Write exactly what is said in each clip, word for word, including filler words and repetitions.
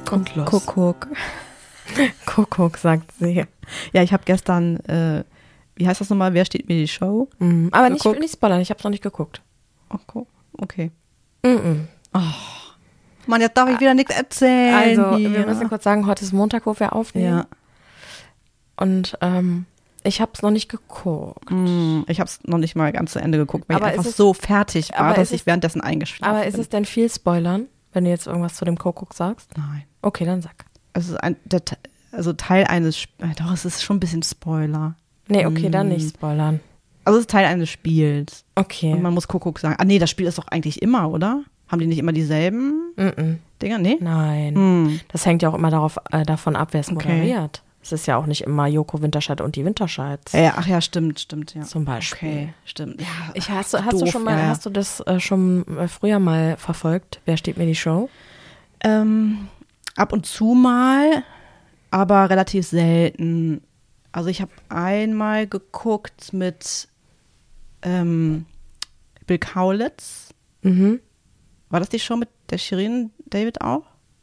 und los. Kuckuck. Kuckuck, sagt sie. Ja, ich habe gestern, äh, wie heißt das nochmal, wer steht mir die Show? Mhm. Aber nicht, nicht spoilern, ich habe es noch nicht geguckt. Okay. okay. Mhm. Oh. Mann, jetzt darf ich wieder nichts erzählen. Also, hier. wir müssen kurz sagen, heute ist Montag, wo wir aufnehmen. Ja. Und ähm, ich habe es noch nicht geguckt. Mm, ich habe es noch nicht mal ganz zu Ende geguckt, weil aber ich einfach es, so fertig war, dass ich es, währenddessen eingeschlafen bin. Aber ist es denn viel Spoilern, wenn du jetzt irgendwas zu dem Kuckuck sagst? Nein. Okay, dann sag. Es ist ein, der, also Teil eines, äh, doch, es ist schon ein bisschen Spoiler. Nee, okay, mm. dann nicht spoilern. Also es ist Teil eines Spiels. Okay. Und man muss Kuckuck sagen. Ah nee, das Spiel ist doch eigentlich immer, oder? Haben die nicht immer dieselben Mm-mm. Dinger? Nee? Nein. Hm. Das hängt ja auch immer darauf, äh, davon ab, wer es Okay. moderiert. Es ist ja auch nicht immer Joko Winterscheid und die Winterscheids. Ja, ach ja, stimmt, stimmt, ja. Zum Beispiel. Okay, stimmt. Ja, Ich, hast du, hast doof, du schon mal, ja, ja. hast du das äh, schon äh, früher mal verfolgt? Wer steht mir die Show? Ähm, ab und zu mal, aber relativ selten. Also ich habe einmal geguckt mit ähm, Bill Kaulitz. Mhm. War das die Show mit der Shirin David auch?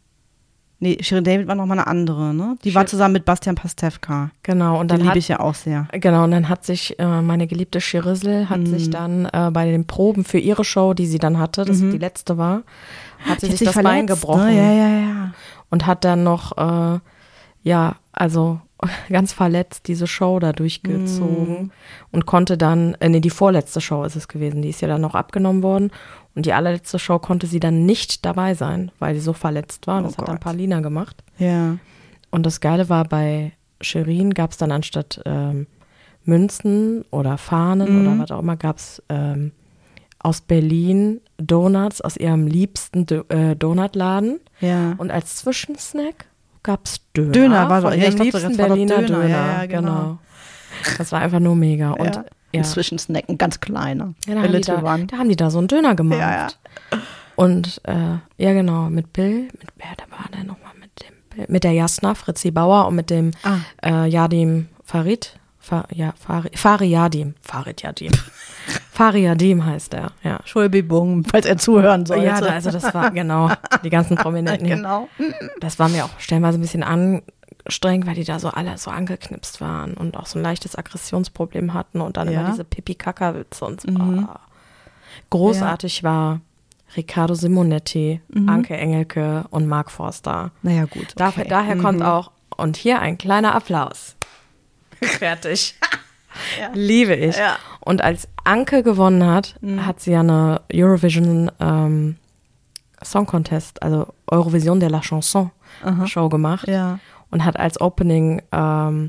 Nee, Shirin David war nochmal eine andere, ne? Die Shir- war zusammen mit Bastian Pastewka. Genau. Und Den dann liebe hat, ich ja auch sehr. genau, und dann hat sich äh, meine geliebte Shirissel hat Mhm. sich dann äh, bei den Proben für ihre Show, die sie dann hatte, das Mhm. die letzte war, hat sie Die hat sich das Bein verletzt, gebrochen. Ne? Ja, ja, ja. Und hat dann noch, äh, ja, also ganz verletzt diese Show da durchgezogen Mhm. und konnte dann, äh, nee, die vorletzte Show ist es gewesen, die ist ja dann noch abgenommen worden und die allerletzte Show konnte sie dann nicht dabei sein, weil sie so verletzt war. Und Oh das hat dann Gott. Paulina gemacht. Ja. Und das Geile war, bei Shirin gab es dann anstatt ähm, Münzen oder Fahnen Mhm. oder was auch immer, gab es ähm, aus Berlin Donuts aus ihrem liebsten Do- äh, Donutladen. Ja. Und als Zwischensnack gab es Döner. Döner war von doch- ja, ihrem ich dachte, liebsten das war doch Berliner Döner. Döner. Ja, ja, genau. genau. Das war einfach nur mega. Und ja. ja, Ein Zwischensnack, ein ganz kleiner. ja, da, A haben die little da, one. da haben die da so einen Döner gemacht. Ja, ja. Und äh, ja, genau, mit Bill, mit wer da war der nochmal mit dem Bill? Mit der Jasna, Fritzi Bauer und mit dem Ah. äh, Yadim Farid. Fa, ja, Fari, Fari Yadim. Farid Yadim. Fari Yadim heißt er, ja. Entschuldigung, falls er zuhören sollte. Ja, da, also das war, genau, die ganzen Prominenten hier. Genau. Das war mir auch stellenweise ein bisschen anstrengend, weil die da so alle so angeknipst waren und auch so ein leichtes Aggressionsproblem hatten und dann Ja. immer diese Pipi-Kaka-Witze und so. Mhm. Ah. Großartig war Riccardo Simonetti, Mhm. Anke Engelke und Mark Forster. Naja, gut. Da, Okay. daher Mhm. kommt auch, und hier ein kleiner Applaus. Fertig. Ja. Liebe ich. Ja. Und als Anke gewonnen hat, Mhm. hat sie ja eine Eurovision ähm, Song Contest, also Eurovision de la Chanson Aha. Show gemacht Ja. und hat als Opening ähm,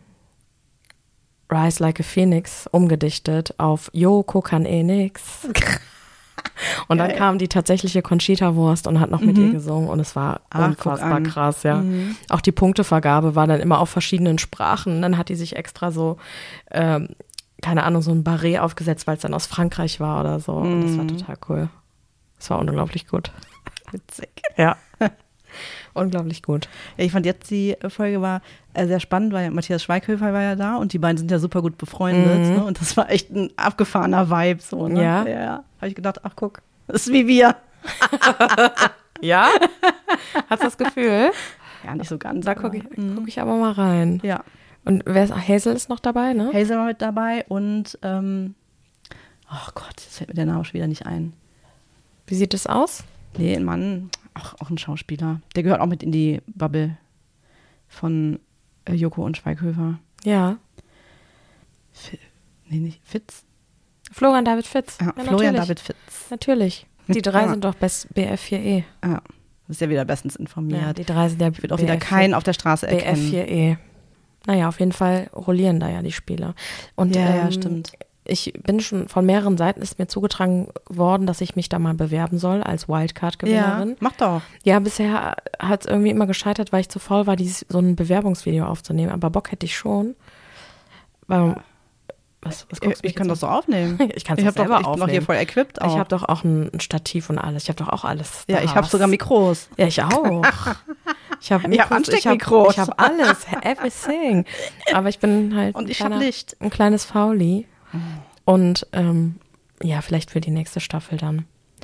Rise Like a Phoenix umgedichtet auf Joko kann eh nix. Und dann Geil. kam die tatsächliche Conchita Wurst und hat noch mit Mhm. ihr gesungen und es war Ach, guck unfassbar an. krass, ja. Mhm. Auch die Punktevergabe war dann immer auf verschiedenen Sprachen. Dann hat die sich extra so, ähm, keine Ahnung, so ein Barret aufgesetzt, weil es dann aus Frankreich war oder so. Und das war Mhm. total cool. Das war unglaublich gut. Witzig. Ja. Unglaublich gut. Ja, ich fand jetzt die Folge war äh, sehr spannend, weil Matthias Schweighöfer war ja da und die beiden sind ja super gut befreundet. Mhm. Ne? Und das war echt ein abgefahrener Vibe. So, ne? Ja. Ja, ja. Habe ich gedacht, ach guck, das ist wie wir. Ja? Hast du das Gefühl? Ja, nicht so ganz. Da aber, gucke ich, mhm. guck ich aber mal rein. Ja. Und wer ist, Hazel ist noch dabei, ne? Hazel war mit dabei und ähm, oh Gott, jetzt fällt mir der Name schon wieder nicht ein. Wie sieht es aus? Nee, ein Mann, auch, auch ein Schauspieler. Der gehört auch mit in die Bubble von äh, Joko und Schweighöfer. Ja. F nee, nicht Fitz. Florian David Fitz. Ja, Ja, Florian natürlich. David Fitz. Natürlich. Die drei Ja. sind doch best B F vier E. Ja, ist ja wieder bestens Ja, informiert. die drei sind ja Wird auch wieder keinen auf der Straße B F erkennen. vier E. Naja, auf jeden Fall rollieren da ja die Spieler. Und Ja, ja, ähm, stimmt. ich bin schon von mehreren Seiten ist mir zugetragen worden, dass ich mich da mal bewerben soll als Ja, Wildcard-Gewinnerin. mach doch. Ja, bisher hat es irgendwie immer gescheitert, weil ich zu faul war, dieses, so ein Bewerbungsvideo aufzunehmen. Aber Bock hätte ich schon. Weil, was, was guckst Ich, du mich ich kann jetzt das so aufnehmen. an? Ich kann es Ich doch habe selber doch, ich bin doch hier aufnehmen. voll equipped auch. Ich habe doch auch ein ein Stativ und alles. Ich habe doch auch alles. ja, da. ich habe sogar Mikros. Ja, ich auch. Ich habe Ich hab Ansteckmikros. Ich habe hab alles, everything. Aber ich bin halt Und ein, ich hab kleiner, Licht. ein kleines Fauli. Und ähm, ja, vielleicht für die nächste Staffel dann.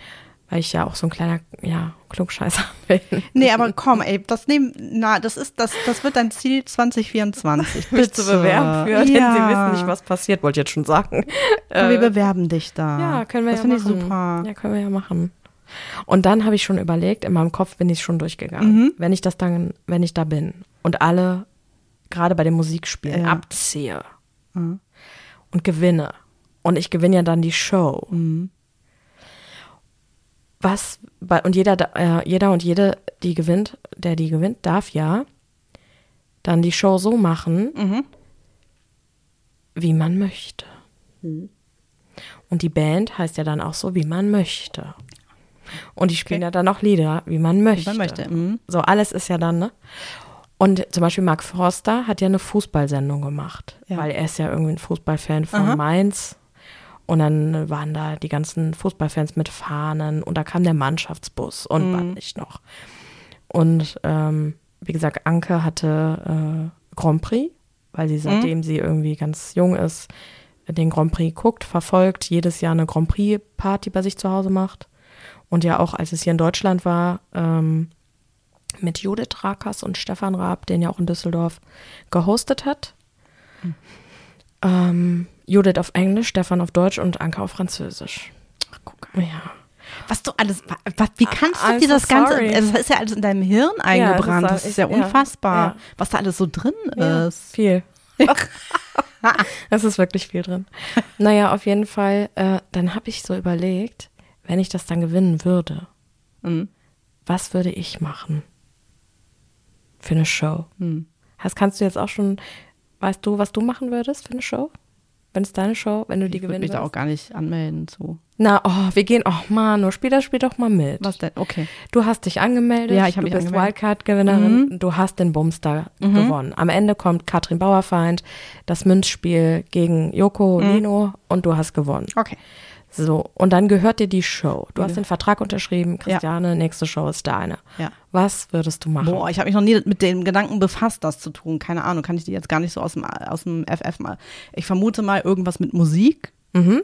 weil ich ja auch so ein kleiner, ja, Klugscheißer bin. Nee, aber komm, ey, das nehmen, na, das ist, das, das wird dein Ziel zwanzig vierundzwanzig. Mich zu bewerben für, denn ja. sie wissen nicht, was passiert, wollte ich jetzt schon sagen. Aber wir bewerben dich da. Ja, können wir das ja machen. Das finde ich machen. super. Ja, können wir ja machen. Und dann habe ich schon überlegt, in meinem Kopf bin ich schon durchgegangen, Mhm. wenn ich das dann, wenn ich da bin und alle, gerade bei den Musikspielen, Ja. abziehe Mhm. und gewinne. Und ich gewinne ja dann die Show. Mhm. Was, bei, und jeder, äh, jeder und jede, die gewinnt, der die gewinnt, darf ja dann die Show so machen, Mhm. wie man möchte. Mhm. Und die Band heißt ja dann auch so, wie man möchte. Und die spielen Okay. ja dann auch Lieder, wie man möchte. Wie man möchte. Mhm. So, alles ist ja dann, ne? Und zum Beispiel Mark Forster hat ja eine Fußballsendung gemacht, Ja. weil er ist ja irgendwie ein Fußballfan von Aha. Mainz. Und dann waren da die ganzen Fußballfans mit Fahnen und da kam der Mannschaftsbus und Mhm. was nicht noch. Und ähm, wie gesagt, Anke hatte äh, Grand Prix, weil sie seitdem Mhm. sie irgendwie ganz jung ist, den Grand Prix guckt, verfolgt, jedes Jahr eine Grand Prix Party bei sich zu Hause macht. Und ja auch, als es hier in Deutschland war, ähm, mit Judith Rakers und Stefan Raab, den ja auch in Düsseldorf gehostet hat. Mhm. Ähm, Judith auf Englisch, Stefan auf Deutsch und Anke auf Französisch. Ach, guck. Ja. Was du alles, was, wie kannst du I'm dir so das Ganze, sorry. also das ist ja alles in deinem Hirn eingebrannt, das das ist- ist ja ja, unfassbar, ja. was da alles so drin Ja, ist. viel. Es ist wirklich viel drin. Naja, auf jeden Fall, äh, dann habe ich so überlegt, wenn ich das dann gewinnen würde, Mhm. was würde ich machen für eine Show? Mhm. Das kannst du jetzt auch schon, weißt du, was du machen würdest für eine Show? Wenn es deine Show, wenn du die Ich würde gewinnen mich da auch würdest? gar nicht anmelden zu. Na, oh, wir gehen, oh Mann, nur spiel das Spiel doch mal mit. Was denn? Okay. Du hast dich angemeldet, Ja, ich hab du mich bist angemeldet. Wildcard-Gewinnerin, Mhm. du hast den Bumster Mhm. gewonnen. Am Ende kommt Katrin Bauerfeind, das Münzspiel gegen Joko Mhm. Lino und du hast gewonnen. Okay. So, und dann gehört dir die Show. Du Ja. hast den Vertrag unterschrieben, Christiane, nächste Show ist deine. Ja. Was würdest du machen? Boah, ich habe mich noch nie mit dem Gedanken befasst, das zu tun. Keine Ahnung, kann ich dir jetzt gar nicht so aus dem, aus dem F F mal. Ich vermute mal irgendwas mit Musik. Mhm.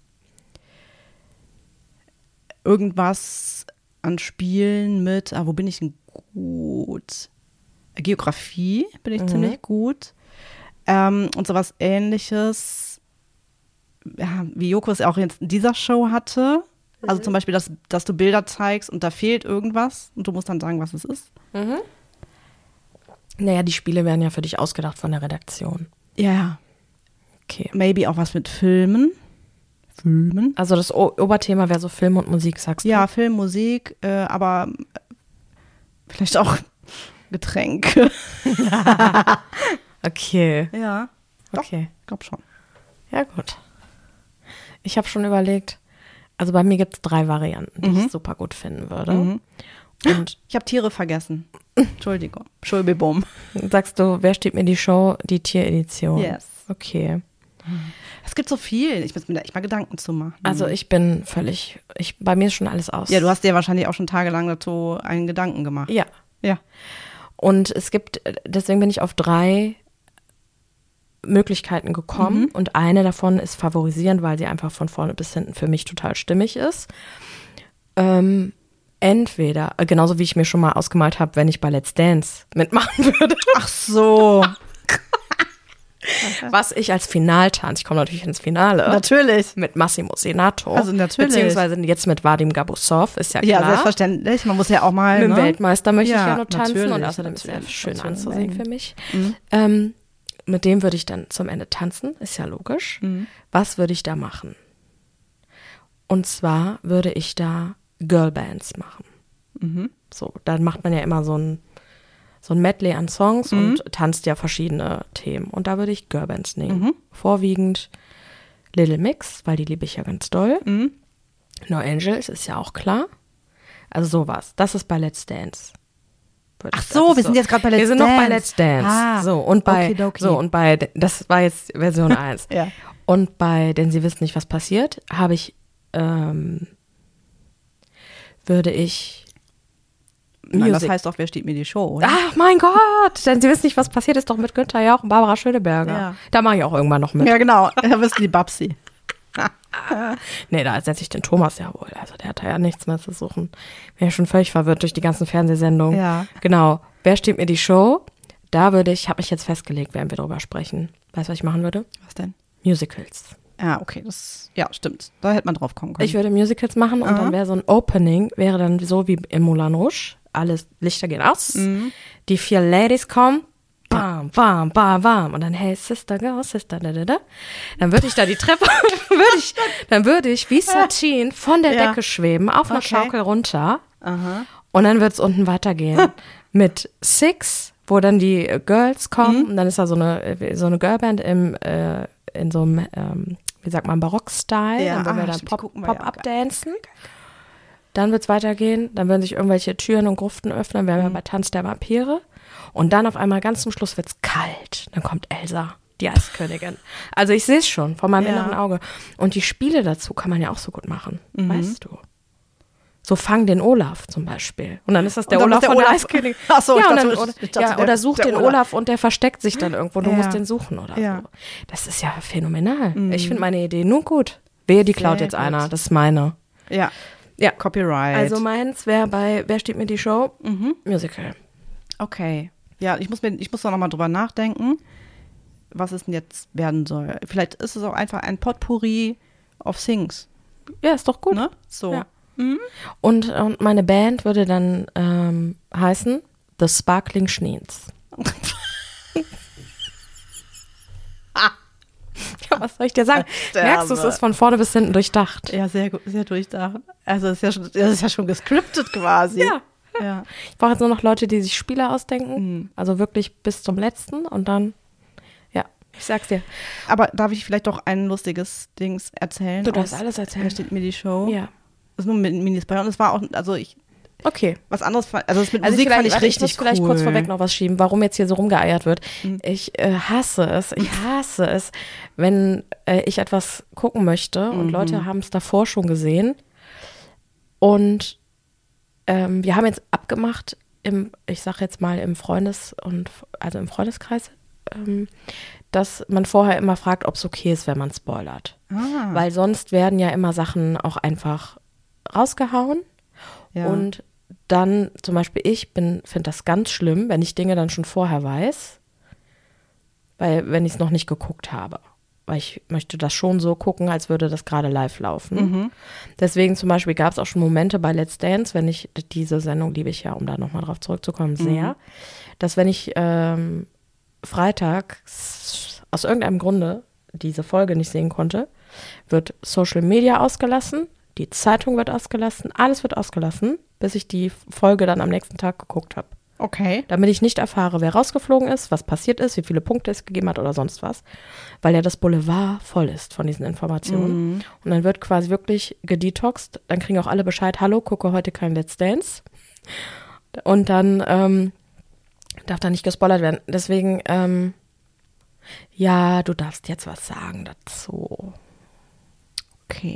Irgendwas an Spielen mit, ah, wo bin ich denn gut? Geografie bin ich Mhm. ziemlich gut. Ähm, und sowas Ähnliches, ja, wie Joko es auch jetzt in dieser Show hatte. Also zum Beispiel, dass, dass du Bilder zeigst und da fehlt irgendwas und du musst dann sagen, was es ist. Mhm. Naja, die Spiele werden ja für dich ausgedacht von der Redaktion. Ja. Okay. Maybe auch was mit Filmen. Filmen? Also das o- Oberthema wäre so Film und Musik, sagst du? Ja, Film, Musik, äh, aber vielleicht auch Getränke. Okay. Ja, doch, Okay. ich glaube schon. Ja, gut. Ich habe schon überlegt, also bei mir gibt es drei Varianten, die Mhm. ich super gut finden würde. Mhm. Und Ich habe Tiere vergessen. Entschuldigung. Entschuldigung. sagst du, wer steht mir die Show? Die Tieredition. Yes. Okay. Es gibt so viel. Ich muss mir da echt mal Gedanken zu machen. Also ich bin völlig, ich, bei mir ist schon alles aus. ja, du hast dir wahrscheinlich auch schon tagelang dazu einen Gedanken gemacht. Ja. Ja. Und es gibt, deswegen bin ich auf drei Möglichkeiten gekommen Mhm. und eine davon ist favorisierend, weil sie einfach von vorne bis hinten für mich total stimmig ist. Ähm, entweder, äh, genauso wie ich mir schon mal ausgemalt habe, wenn ich bei Let's Dance mitmachen würde, Ach so. was ich als Finaltanz, ich komme natürlich ins Finale, Natürlich. mit Massimo Senato, Also natürlich. beziehungsweise jetzt mit Vadim Gabusov, ist ja klar. Ja, selbstverständlich. Man muss ja auch mal. Mit dem ne? Weltmeister möchte Ja, ich ja nur tanzen und natürlich, außerdem ist er natürlich, schön natürlich. anzusehen für mich. Mhm. Ähm, mit dem würde ich dann zum Ende tanzen, ist ja logisch. Mhm. Was würde ich da machen? Und zwar würde ich da Girlbands machen. Mhm. So, dann macht man ja immer so ein, so ein Medley an Songs Mhm. und tanzt ja verschiedene Themen. Und da würde ich Girlbands nehmen. Mhm. Vorwiegend Little Mix, weil die liebe ich ja ganz doll. Mhm. No Angels ist ja auch klar. Also sowas. Das ist bei Let's Dance. Würde Ach ich- so, das ist wir sind jetzt gerade bei Let's Wir sind Dance. noch bei Let's Dance. Ah, so, und bei, okidoki. so, und bei, das war jetzt Version eins. Ja. Und bei, denn sie wissen nicht, was passiert, habe ich, ähm, würde ich Nein, das Music- heißt doch, wer steht mir die Show, oder? Ach mein Gott, denn sie wissen nicht, was passiert ist, doch mit Günther Jauch und Barbara Schöneberger. Ja. Da mache ich auch irgendwann noch mit. Ja, genau. Da bist du die Babsi. Nee, da setze ich den Thomas ja wohl. Also der hat da ja nichts mehr zu suchen. Bin ja schon völlig verwirrt durch die ganzen Fernsehsendungen. Ja. Genau. Wer steht mir die Show? Da würde ich, habe ich jetzt festgelegt, werden wir drüber sprechen. Weißt du, was ich machen würde? Was denn? Musicals. Ja, okay, das, ja, stimmt. Da hätte man drauf kommen können. Ich würde Musicals machen und Aha. dann wäre so ein Opening, wäre dann so wie im Moulin Rouge. Alle Lichter gehen aus. Mhm. Die vier Ladies kommen. Bam, bam, bam, bam. Und dann, hey, Sister, go, Sister, da, da, da. Dann würde ich da die Treppe, würde ich, dann würde ich wie Satine von der Ja. Decke schweben, auf einer Okay. Schaukel runter. Aha. Und dann wird es unten weitergehen. Mit Six, wo dann die äh, Girls kommen. Mhm. Und dann ist da so eine, äh, so eine Girlband im, äh, in so einem, ähm, wie sagt man, Barock-Style. Ja, und wenn wir ah, dann stimmt, die Pop, gucken wir ja auch Pop-Up dancen. Dann wird es weitergehen. Dann werden sich irgendwelche Türen und Gruften öffnen. Wir haben ja bei Tanz der Vampire. Und dann auf einmal ganz zum Schluss wird es kalt. Dann kommt Elsa, die Eiskönigin. Also ich sehe es schon vor meinem Ja. inneren Auge. Und die Spiele dazu kann man ja auch so gut machen. Weißt du? So Fang den Olaf zum Beispiel. Und dann ist das der Und dann Olaf muss der von der Olaf- Eiskönigin. Ach so, ja, ich und dachte, dann, ich oder, dachte, ja, der- oder sucht der den Olaf. Olaf und der versteckt sich dann irgendwo. Du Ja. musst den suchen oder Ja. so. Das ist ja phänomenal. Ich finde meine Idee nur gut. Wehe, die klaut Sehr jetzt gut. einer. Das ist meine. Ja, Ja. Copyright. Also meins wäre bei Wer steht mir die Show? Mhm. Musical. Okay. Ja, ich muss mir, ich muss da nochmal drüber nachdenken, was es denn jetzt werden soll. Vielleicht ist es auch einfach ein Potpourri of Things. Ja, ist doch gut. Ne? So. Ja. Und, und meine Band würde dann ähm, heißen The Sparkling Schneens. Ja, was soll ich dir sagen? Sterbe. Merkst du, es ist von vorne bis hinten durchdacht. Ja, sehr gut, sehr durchdacht. Also das ist ja schon, das ist ja schon gescriptet quasi. Ja. Ja. Ich brauche jetzt nur noch Leute, die sich Spiele ausdenken. Mhm. Also wirklich bis zum letzten und dann, ja, ich sag's dir. Aber darf ich vielleicht doch ein lustiges Dings erzählen? Du darfst aus- alles erzählen. Da steht mir die Show. Ja. Das ist nur mit Minispoiler. Und es war auch, also ich, Okay. was anderes, fand- also das mit Also Musik vielleicht, fand ich warte, richtig ich muss vielleicht cool. kurz vorweg noch was schieben, warum jetzt hier so rumgeeiert wird. Mhm. Ich äh, hasse es, ich hasse es, wenn äh, ich etwas gucken möchte und Mhm. Leute haben es davor schon gesehen und ähm, wir haben jetzt abgemacht im, ich sag jetzt mal im Freundes- und also im Freundeskreis, ähm, dass man vorher immer fragt, ob es okay ist, wenn man spoilert. Ah, Weil sonst werden ja immer Sachen auch einfach rausgehauen. ja. Und dann zum Beispiel ich bin finde das ganz schlimm, wenn ich Dinge dann schon vorher weiß, weil wenn ich es noch nicht geguckt habe. Weil ich möchte das schon so gucken, als würde das gerade live laufen. Mhm. Deswegen zum Beispiel gab es auch schon Momente bei Let's Dance, wenn ich, diese Sendung liebe ich ja, um da nochmal drauf zurückzukommen, sehr, Mhm. dass wenn ich ähm, Freitag aus irgendeinem Grunde diese Folge nicht sehen konnte, wird Social Media ausgelassen, die Zeitung wird ausgelassen, alles wird ausgelassen, bis ich die Folge dann am nächsten Tag geguckt habe. Okay. Damit ich nicht erfahre, wer rausgeflogen ist, was passiert ist, wie viele Punkte es gegeben hat oder sonst was. Weil ja das Boulevard voll ist von diesen Informationen. Mhm. Und dann wird quasi wirklich gedetoxt. Dann kriegen auch alle Bescheid, hallo, gucke heute kein Let's Dance. Und dann ähm, darf da nicht gespoilert werden. Deswegen, ähm, ja, du darfst jetzt was sagen dazu. Okay.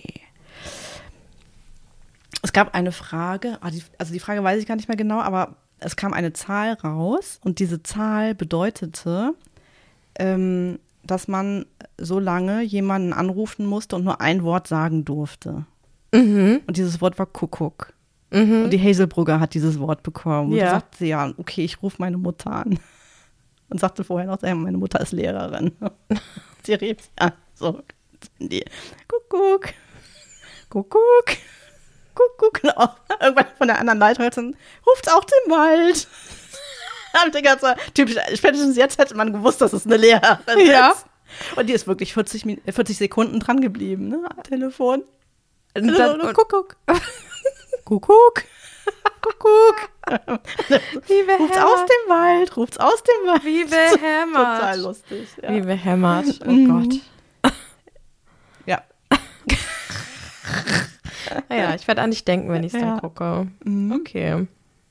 Es gab eine Frage, ah, die, also die Frage weiß ich gar nicht mehr genau, aber es kam eine Zahl raus und diese Zahl bedeutete, ähm, dass man so lange jemanden anrufen musste und nur ein Wort sagen durfte. Mhm. Und dieses Wort war Kuckuck. Mhm. Und die Hazelbrugger hat dieses Wort bekommen. Und Ja. da sagte sie, ja, okay, ich rufe meine Mutter an. Und sagte vorher noch, ja, meine Mutter ist Lehrerin. Sie rief, ja, so, die, Kuckuck, Kuckuck, Kuckuck. Und auch irgendwann von der anderen Leitung, ruft auch den Wald. Hab ich gedacht, so, typisch, spätestens jetzt hätte man gewusst, dass es eine Lehrerin Ja. ist. Und die ist wirklich vierzig, Min- vierzig Sekunden dran geblieben, ne, am Telefon. Und dann, und, Kuckuck. Kuckuck. Kuckuck. wie Ruft's aus behämmert. dem Wald, ruft's aus dem Wald. Wie behämmert. Total lustig. Ja. Wie behämmert. Oh Mhm. Gott. Ja. Ja, ich werde an dich denken, wenn ich es Ja. dann gucke. Mhm. Okay.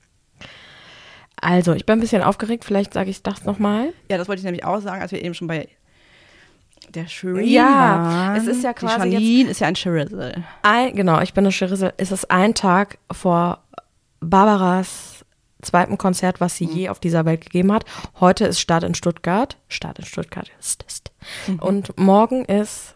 Also, ich bin ein bisschen aufgeregt. Vielleicht sage ich das nochmal. Ja, das wollte ich nämlich auch sagen, als wir eben schon bei der Shireen Ja, waren. es ist ja quasi Die Janine ist ja ein Shirizzle. Ein, genau, ich bin eine Charisse. Es ist ein Tag vor Barbaras zweitem Konzert, was sie je auf dieser Welt gegeben hat. Heute ist Start in Stuttgart. Start in Stuttgart ist ist. Und morgen ist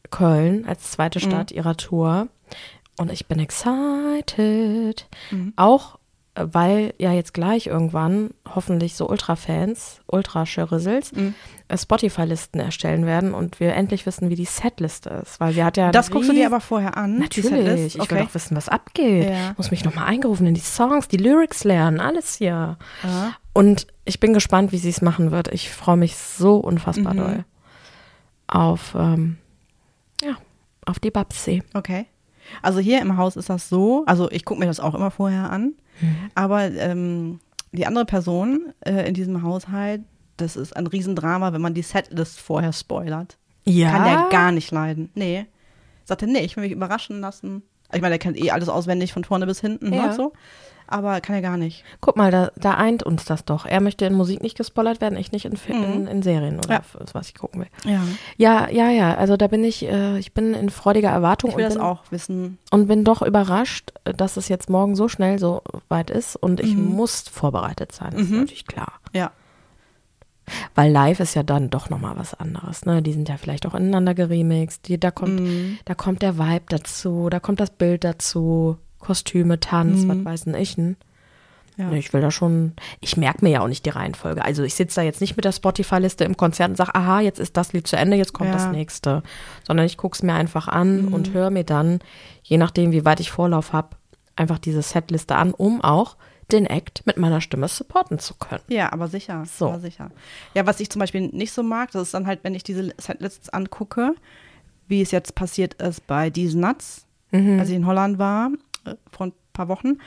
Köln als zweite Stadt mhm. ihrer Tour. Und ich bin excited. Mhm. Auch, weil ja jetzt gleich irgendwann hoffentlich so Ultra-Fans, Ultra-Schirrissels, mhm. Spotify-Listen erstellen werden und wir endlich wissen, wie die Setliste ist. Weil sie hat ja das guckst du dir aber vorher an? Natürlich. Ich okay. will doch wissen, was abgeht. Ja. Muss mich nochmal eingerufen in die Songs, die Lyrics lernen, alles hier. Aha. Und ich bin gespannt, wie sie es machen wird. Ich freue mich so unfassbar mhm. doll auf, ähm, ja, auf die Babsi. Okay. Also hier im Haus ist das so, also ich gucke mir das auch immer vorher an, mhm. aber ähm, die andere Person äh, in diesem Haushalt, das ist ein Riesendrama, wenn man die Setlist vorher spoilert. Ja? Kann der gar nicht leiden. Nee. Sagt er, nee, ich will mich überraschen lassen. Ich meine, der kennt eh alles auswendig von vorne bis hinten ja. und so. Aber kann er gar nicht. Guck mal, da, da eint uns das doch. Er möchte in Musik nicht gespoilert werden, ich nicht in, mhm. in, in Serien oder ja. was ich gucken will. Ja, ja, ja. ja. Also da bin ich, äh, ich bin in freudiger Erwartung. Ich will und das bin, auch wissen. Und bin doch überrascht, dass es jetzt morgen so schnell so weit ist und ich mhm. muss vorbereitet sein. Das mhm. ist natürlich klar. Ja. Weil live ist ja dann doch nochmal was anderes, ne? Die sind ja vielleicht auch ineinander geremixed. Die, da kommt, mhm. da kommt der Vibe dazu, da kommt das Bild dazu, Kostüme, Tanz, mhm. was weiß denn ich denn? Ja. Ich will da schon, ich merke mir ja auch nicht die Reihenfolge. Also ich sitze da jetzt nicht mit der Spotify-Liste im Konzert und sage, aha, jetzt ist das Lied zu Ende, jetzt kommt ja. das nächste. Sondern ich gucke es mir einfach an mhm. und höre mir dann, je nachdem, wie weit ich Vorlauf habe, einfach diese Setliste an, um auch den Act mit meiner Stimme supporten zu können. Ja, aber sicher. So. Aber sicher. Ja, was ich zum Beispiel nicht so mag, das ist dann halt, wenn ich diese Setlists angucke, wie es jetzt passiert ist bei These Nuts, mhm. als ich in Holland war, äh, vor ein paar Wochen.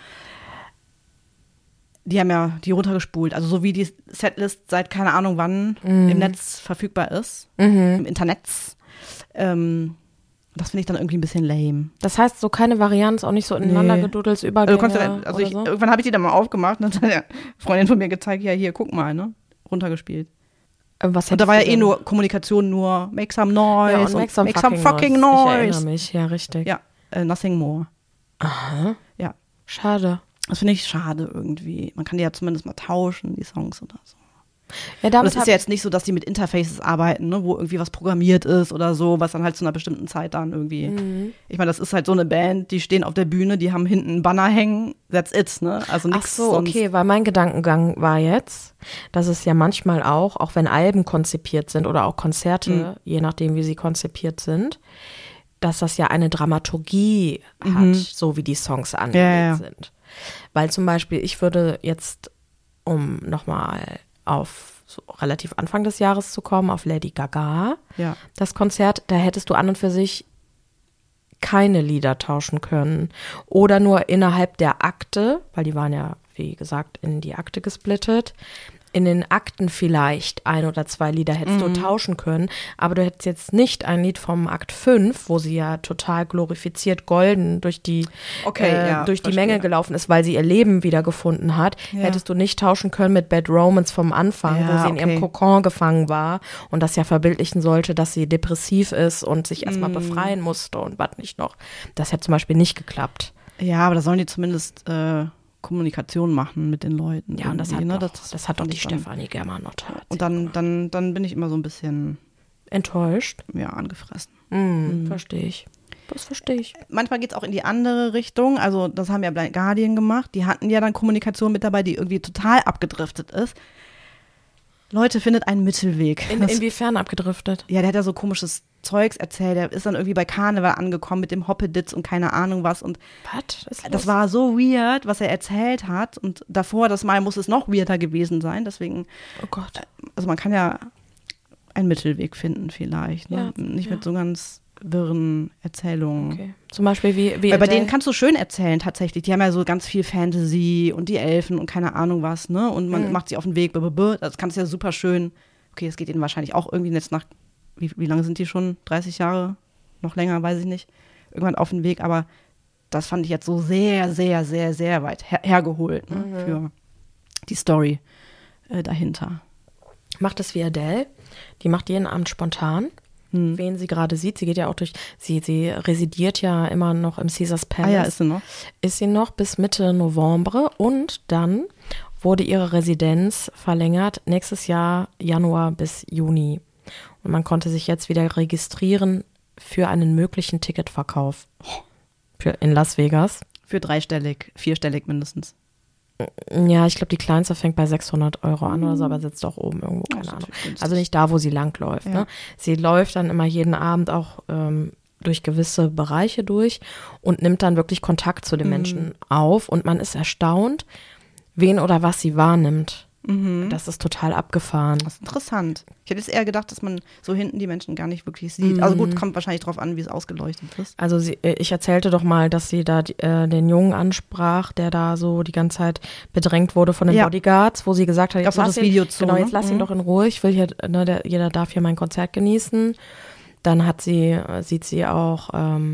Die haben ja die runtergespult, also so wie die Setlist seit keine Ahnung wann mhm. im Netz verfügbar ist, mhm. im Internet. Ähm, das finde ich dann irgendwie ein bisschen lame. Das heißt, so keine Varianz, auch nicht so ineinander nee. gedudelt, Übergänge also, ja, also ich, so? Irgendwann habe ich die dann mal aufgemacht und dann hat eine Freundin von mir gezeigt, ja hier, guck mal, ne, runtergespielt. Was und da war ja eh nur Kommunikation, nur make some noise ja, und, und make some, make some fucking, fucking noise. noise. Ich erinnere mich, ja, richtig. Ja, uh, nothing more. Aha. Ja. Schade. Das finde ich schade irgendwie. Man kann die ja zumindest mal tauschen, die Songs oder so. Ja, damit und es ist ja jetzt nicht so, dass die mit Interfaces arbeiten, ne, wo irgendwie was programmiert ist oder so, was dann halt zu einer bestimmten Zeit dann irgendwie. Mhm. Ich meine, das ist halt so eine Band, die stehen auf der Bühne, die haben hinten einen Banner hängen, that's it, ne? Also nichts. Ach so, okay, weil mein Gedankengang war jetzt, dass es ja manchmal auch, auch wenn Alben konzipiert sind oder auch Konzerte, mhm. je nachdem, wie sie konzipiert sind, dass das ja eine Dramaturgie mhm. hat, so wie die Songs angelegt ja, ja. sind. Weil zum Beispiel, ich würde jetzt, um nochmal auf so relativ Anfang des Jahres zu kommen, auf Lady Gaga, ja. das Konzert, da hättest du an und für sich keine Lieder tauschen können. Oder nur innerhalb der Akte, weil die waren ja, wie gesagt, in die Akte gesplittet. In den Akten vielleicht ein oder zwei Lieder hättest mhm. du tauschen können, aber du hättest jetzt nicht ein Lied vom Akt fünf, wo sie ja total glorifiziert golden durch die, okay, äh, ja, durch die verstehe. Menge gelaufen ist, weil sie ihr Leben wiedergefunden hat, ja. hättest du nicht tauschen können mit Bad Romance vom Anfang, ja, wo sie in okay. ihrem Kokon gefangen war und das ja verbildlichen sollte, dass sie depressiv ist und sich erstmal mhm. befreien musste und was nicht noch. Das hätte zum Beispiel nicht geklappt. Ja, aber da sollen die zumindest äh Kommunikation machen mit den Leuten. Ja, und das hat, ne? doch, das, das hat doch die Stefanie Germanotta. Und dann, dann, dann bin ich immer so ein bisschen enttäuscht. Ja, angefressen. Mm, mm. Verstehe ich. Das verstehe ich. Manchmal geht es auch in die andere Richtung. Also das haben ja Blind Guardian gemacht. Die hatten ja dann Kommunikation mit dabei, die irgendwie total abgedriftet ist. Leute, findet einen Mittelweg. In, inwiefern abgedriftet? Ja, der hat ja so komisches Zeugs erzählt. Der ist dann irgendwie bei Karneval angekommen mit dem Hoppeditz und keine Ahnung was. Und was? Das war so weird, was er erzählt hat. Und davor, das Mal, muss es noch weirder gewesen sein. Deswegen, oh Gott. Also man kann ja einen Mittelweg finden vielleicht. Ne? Ja, Nicht ja. mit so ganz wirren Erzählungen. Okay. Zum Beispiel wie, wie Weil bei denen kannst du schön erzählen tatsächlich. Die haben ja so ganz viel Fantasy und die Elfen und keine Ahnung was, ne? Und man mhm. macht sie auf den Weg. Das kannst du ja super schön. Okay, das geht ihnen wahrscheinlich auch irgendwie jetzt nach, wie, wie lange sind die schon? dreißig Jahre? Noch länger, weiß ich nicht. Irgendwann auf den Weg. Aber das fand ich jetzt so sehr, sehr, sehr, sehr weit her- hergeholt ne? mhm. für die Story äh, dahinter. Macht es wie Adele. Die macht jeden Abend spontan. Hm. Wen sie gerade sieht. Sie geht ja auch durch, sie, sie residiert ja immer noch im Caesars Palace. Ah ja, ist sie noch? Ist sie noch bis Mitte November und dann wurde ihre Residenz verlängert nächstes Jahr Januar bis Juni. Und man konnte sich jetzt wieder registrieren für einen möglichen Ticketverkauf für, in Las Vegas. Für dreistellig, vierstellig mindestens. Ja, ich glaube, die kleinste fängt bei sechshundert Euro an oder so, aber sitzt auch oben irgendwo, keine Oh, Ahnung. günstig. Also nicht da, wo sie langläuft. Ja. Ne? Sie läuft dann immer jeden Abend auch ähm, durch gewisse Bereiche durch und nimmt dann wirklich Kontakt zu den Mhm. Menschen auf und man ist erstaunt, wen oder was sie wahrnimmt. Mhm. Das ist total abgefahren. Das ist interessant. Ich hätte jetzt eher gedacht, dass man so hinten die Menschen gar nicht wirklich sieht. Also gut, kommt wahrscheinlich drauf an, wie es ausgeleuchtet ist. Also sie, äh, ich erzählte doch mal, dass sie da die, äh, den Jungen ansprach, der da so die ganze Zeit bedrängt wurde von den Ja. Bodyguards, wo sie gesagt hat, Gab's jetzt auch lass das ihn, Video zu, genau, ne? jetzt lass ihn Mhm. doch in Ruhe, ich will hier, ne, der, jeder darf hier mein Konzert genießen. Dann hat sie, äh, sieht sie auch ähm,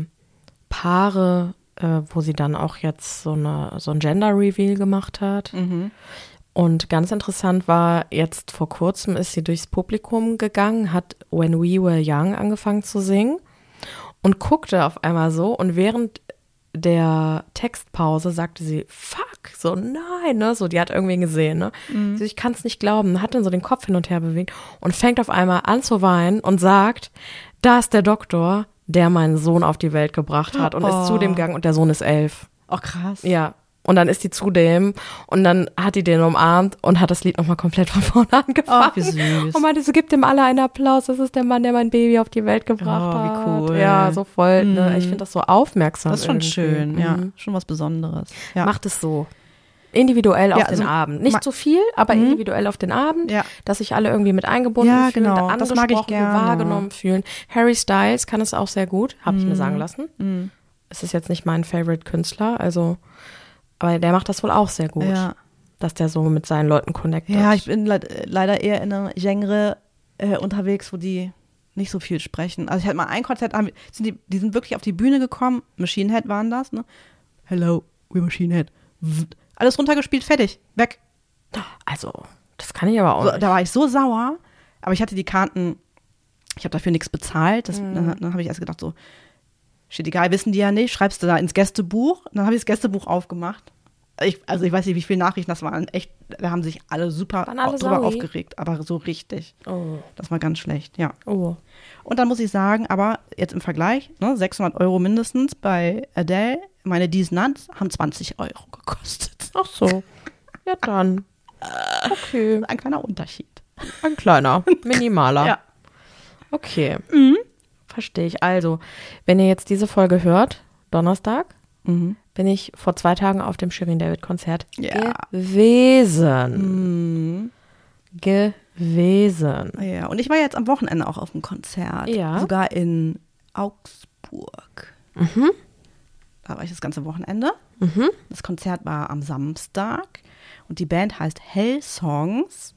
Paare, äh, wo sie dann auch jetzt so, eine, so ein Gender-Reveal gemacht hat. Mhm. Und ganz interessant war, jetzt vor kurzem ist sie durchs Publikum gegangen, hat When We Were Young angefangen zu singen und guckte auf einmal so und während der Textpause sagte sie, fuck, so nein, ne, so, die hat irgendwen gesehen, ne, Mhm. so, ich kann es nicht glauben, hat dann so den Kopf hin und her bewegt und fängt auf einmal an zu weinen und sagt, da ist der Doktor, der meinen Sohn auf die Welt gebracht hat und Oh. ist zu dem gegangen und der Sohn ist elf. Oh, krass. Ja. Und dann ist die zu dem und dann hat die den umarmt und hat das Lied nochmal komplett von vorne angefangen. Oh, wie süß. Und meinte, so gibt dem alle einen Applaus, das ist der Mann, der mein Baby auf die Welt gebracht Oh, wie hat. cool. Ja, so voll, ne? Mhm. Ich finde das so aufmerksam. Das ist schon irgendwie. schön, ja. Mhm. Schon was Besonderes. Ja. Macht es so. Individuell auf Ja, den also, Abend. Nicht ma- zu viel, aber Mhm. individuell auf den Abend, Ja. dass sich alle irgendwie mit eingebunden Ja, fühlen, genau. angesprochen, Das mag ich gerne. wahrgenommen fühlen. Harry Styles kann es auch sehr gut, habe ich mir sagen lassen. Mhm. Es ist jetzt nicht mein Favorite-Künstler, also, aber der macht das wohl auch sehr gut. Ja. Dass der so mit seinen Leuten connectet. Ja, ich bin leid, leider eher in einem Genre äh, unterwegs, wo die nicht so viel sprechen. Also ich hatte mal ein Konzert, haben- sind die, die sind wirklich auf die Bühne gekommen, Machine Head waren das, ne? Hello, we Machine Head. Wft. Alles runtergespielt, fertig, weg. Also, das kann ich aber auch So, nicht. da war ich so sauer, aber ich hatte die Karten, ich habe dafür nichts bezahlt. Das, Mhm. Dann, dann habe ich erst gedacht so, steht egal, wissen die ja nicht, schreibst du da ins Gästebuch. Dann habe ich das Gästebuch aufgemacht. Ich, also ich weiß nicht, wie viele Nachrichten das waren. Echt, da haben sich alle super Waren alle drüber sorry? aufgeregt, aber so richtig. Oh. Das war ganz schlecht, ja. Oh. Und dann muss ich sagen, aber jetzt im Vergleich, ne, sechshundert Euro mindestens bei Adele, meine These Nuts haben zwanzig Euro gekostet. Ach so. Ja, dann. Okay. Ein kleiner Unterschied. Ein kleiner, minimaler. Ja. Okay. Verstehe ich. Also, wenn ihr jetzt diese Folge hört, Donnerstag, Mhm. bin ich vor zwei Tagen auf dem Shirin David Konzert Ja. gewesen. Mhm. Gewesen. Ja, und ich war jetzt am Wochenende auch auf dem Konzert. Ja. Sogar in Augsburg. Mhm. Da war ich das ganze Wochenende. Mhm. Das Konzert war am Samstag und die Band heißt Hell Songs.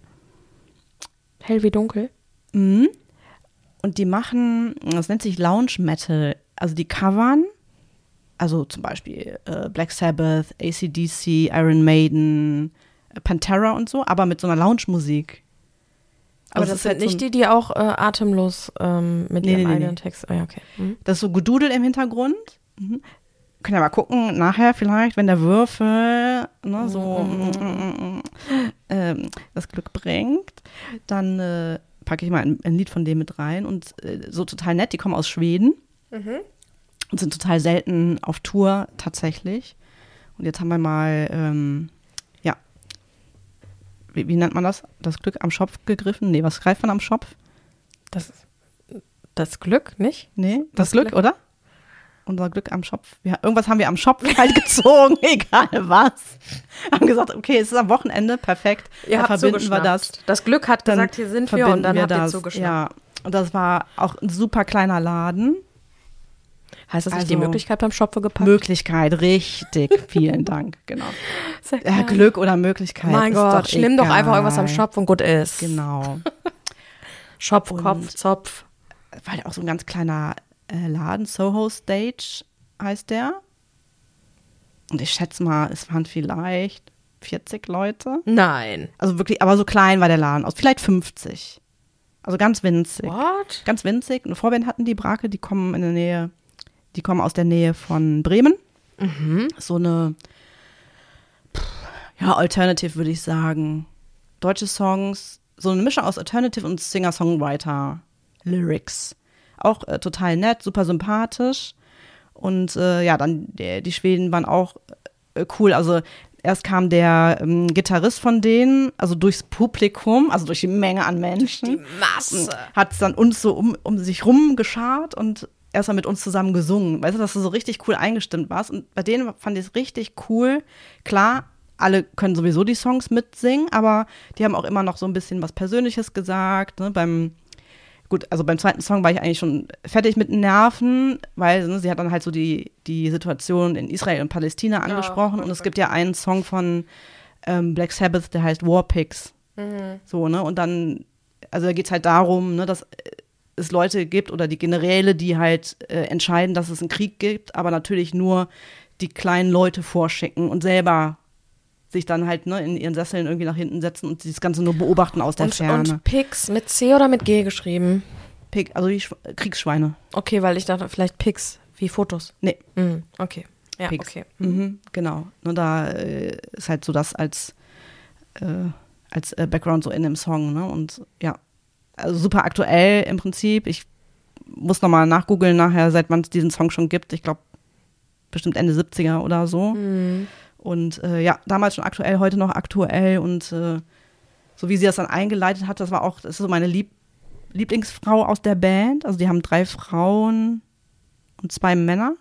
Hell wie dunkel. Mhm. Und die machen, das nennt sich Lounge Metal. Also die covern, also zum Beispiel äh, Black Sabbath, A C D C, Iron Maiden, äh, Pantera und so, aber mit so einer Lounge-Musik. Aber Also das es sind ist nicht so ein- die, die auch äh, atemlos ähm, mit Nee, ihrem nee, nee, eigenen nee. Text. Oh, ja, okay. Mhm. Das ist so Gedudel im Hintergrund. Mhm. Können ja mal gucken, nachher vielleicht, wenn der Würfel ne, so mm, mm, mm, mm, ähm, das Glück bringt, dann äh, packe ich mal ein, ein Lied von dem mit rein. Und äh, so total nett, die kommen aus Schweden und sind total selten auf Tour tatsächlich. Und jetzt haben wir mal, ähm, ja, wie, wie nennt man das? Das Glück am Schopf gegriffen? Nee, was greift man am Schopf? Das, das Glück, nicht? Nee, das, Das Glück, Glück. oder? Unser Glück am Schopf. Ja, irgendwas haben wir am Schopf halt gezogen, egal was. Haben gesagt, okay, es ist am Wochenende, perfekt. Dann verbinden wir das. Das Glück hat Dann gesagt, hier sind wir verbinden und dann wir habt ihr das. zugeschnappt. Ja, und das war auch ein super kleiner Laden. Heißt das nicht Also- die Möglichkeit beim Schopfe gepackt? Möglichkeit, richtig. Vielen Dank, genau. Sehr Ja, geil. Glück oder Möglichkeit. Mein ist Gott, doch nimm doch egal. einfach irgendwas am Schopf und gut ist. Genau. Schopf, Und- Kopf, Zopf. War halt auch so ein ganz kleiner äh, Laden, Soho Stage heißt der. Und ich schätze mal, es waren vielleicht vierzig Leute. Nein. Also wirklich, aber so klein war der Laden aus. Vielleicht fünfzig. Also ganz winzig. What? Ganz winzig. Eine Vorband hatten die Brake, die kommen in der Nähe, die kommen aus der Nähe von Bremen. Mhm. So eine, pff, ja, Alternative würde ich sagen. Deutsche Songs, so eine Mischung aus Alternative und Singer-Songwriter-Lyrics. auch äh, total nett, super sympathisch. Und äh, ja, dann der, die Schweden waren auch äh, cool. Also erst kam der ähm, Gitarrist von denen, also durchs Publikum, also durch die Menge an Menschen. Die Masse. Hat es dann uns so um, um sich rum geschart und erstmal mit uns zusammen gesungen. Weißt du, dass du so richtig cool eingestimmt warst. Und bei denen fand ich es richtig cool. Klar, alle können sowieso die Songs mitsingen, aber die haben auch immer noch so ein bisschen was Persönliches gesagt. Ne? Beim, gut, also beim zweiten Song war ich eigentlich schon fertig mit den Nerven, weil ne, sie hat dann halt so die, die Situation in Israel und Palästina angesprochen. Ja, und es gibt ja einen Song von ähm, Black Sabbath, der heißt War Pigs. Mhm. So, ne? Und dann, also da geht es halt darum, ne, dass es Leute gibt oder die Generäle, die halt äh, entscheiden, dass es einen Krieg gibt, aber natürlich nur die kleinen Leute vorschicken und selber sich dann halt ne, in ihren Sesseln irgendwie nach hinten setzen und das Ganze nur beobachten aus der und, Ferne. Und Pigs mit C oder mit G geschrieben? Pig, also die Sch- Kriegsschweine. Okay, weil ich dachte, vielleicht Pigs, wie Fotos. Nee. Mhm, okay. Ja, Pigs. okay. Mhm, genau. Und da äh, ist halt so das als, äh, als äh, Background so in dem Song. Ne? Und ja, also super aktuell im Prinzip. Ich muss nochmal nachgoogeln nachher, seit wann es diesen Song schon gibt. Ich glaube, bestimmt Ende siebziger oder so. Mhm. Und äh, ja, damals schon aktuell, heute noch aktuell. Und äh, so wie sie das dann eingeleitet hat, das war auch, das ist so meine Lieb- Lieblingsfrau aus der Band. Also die haben drei Frauen und zwei Männer.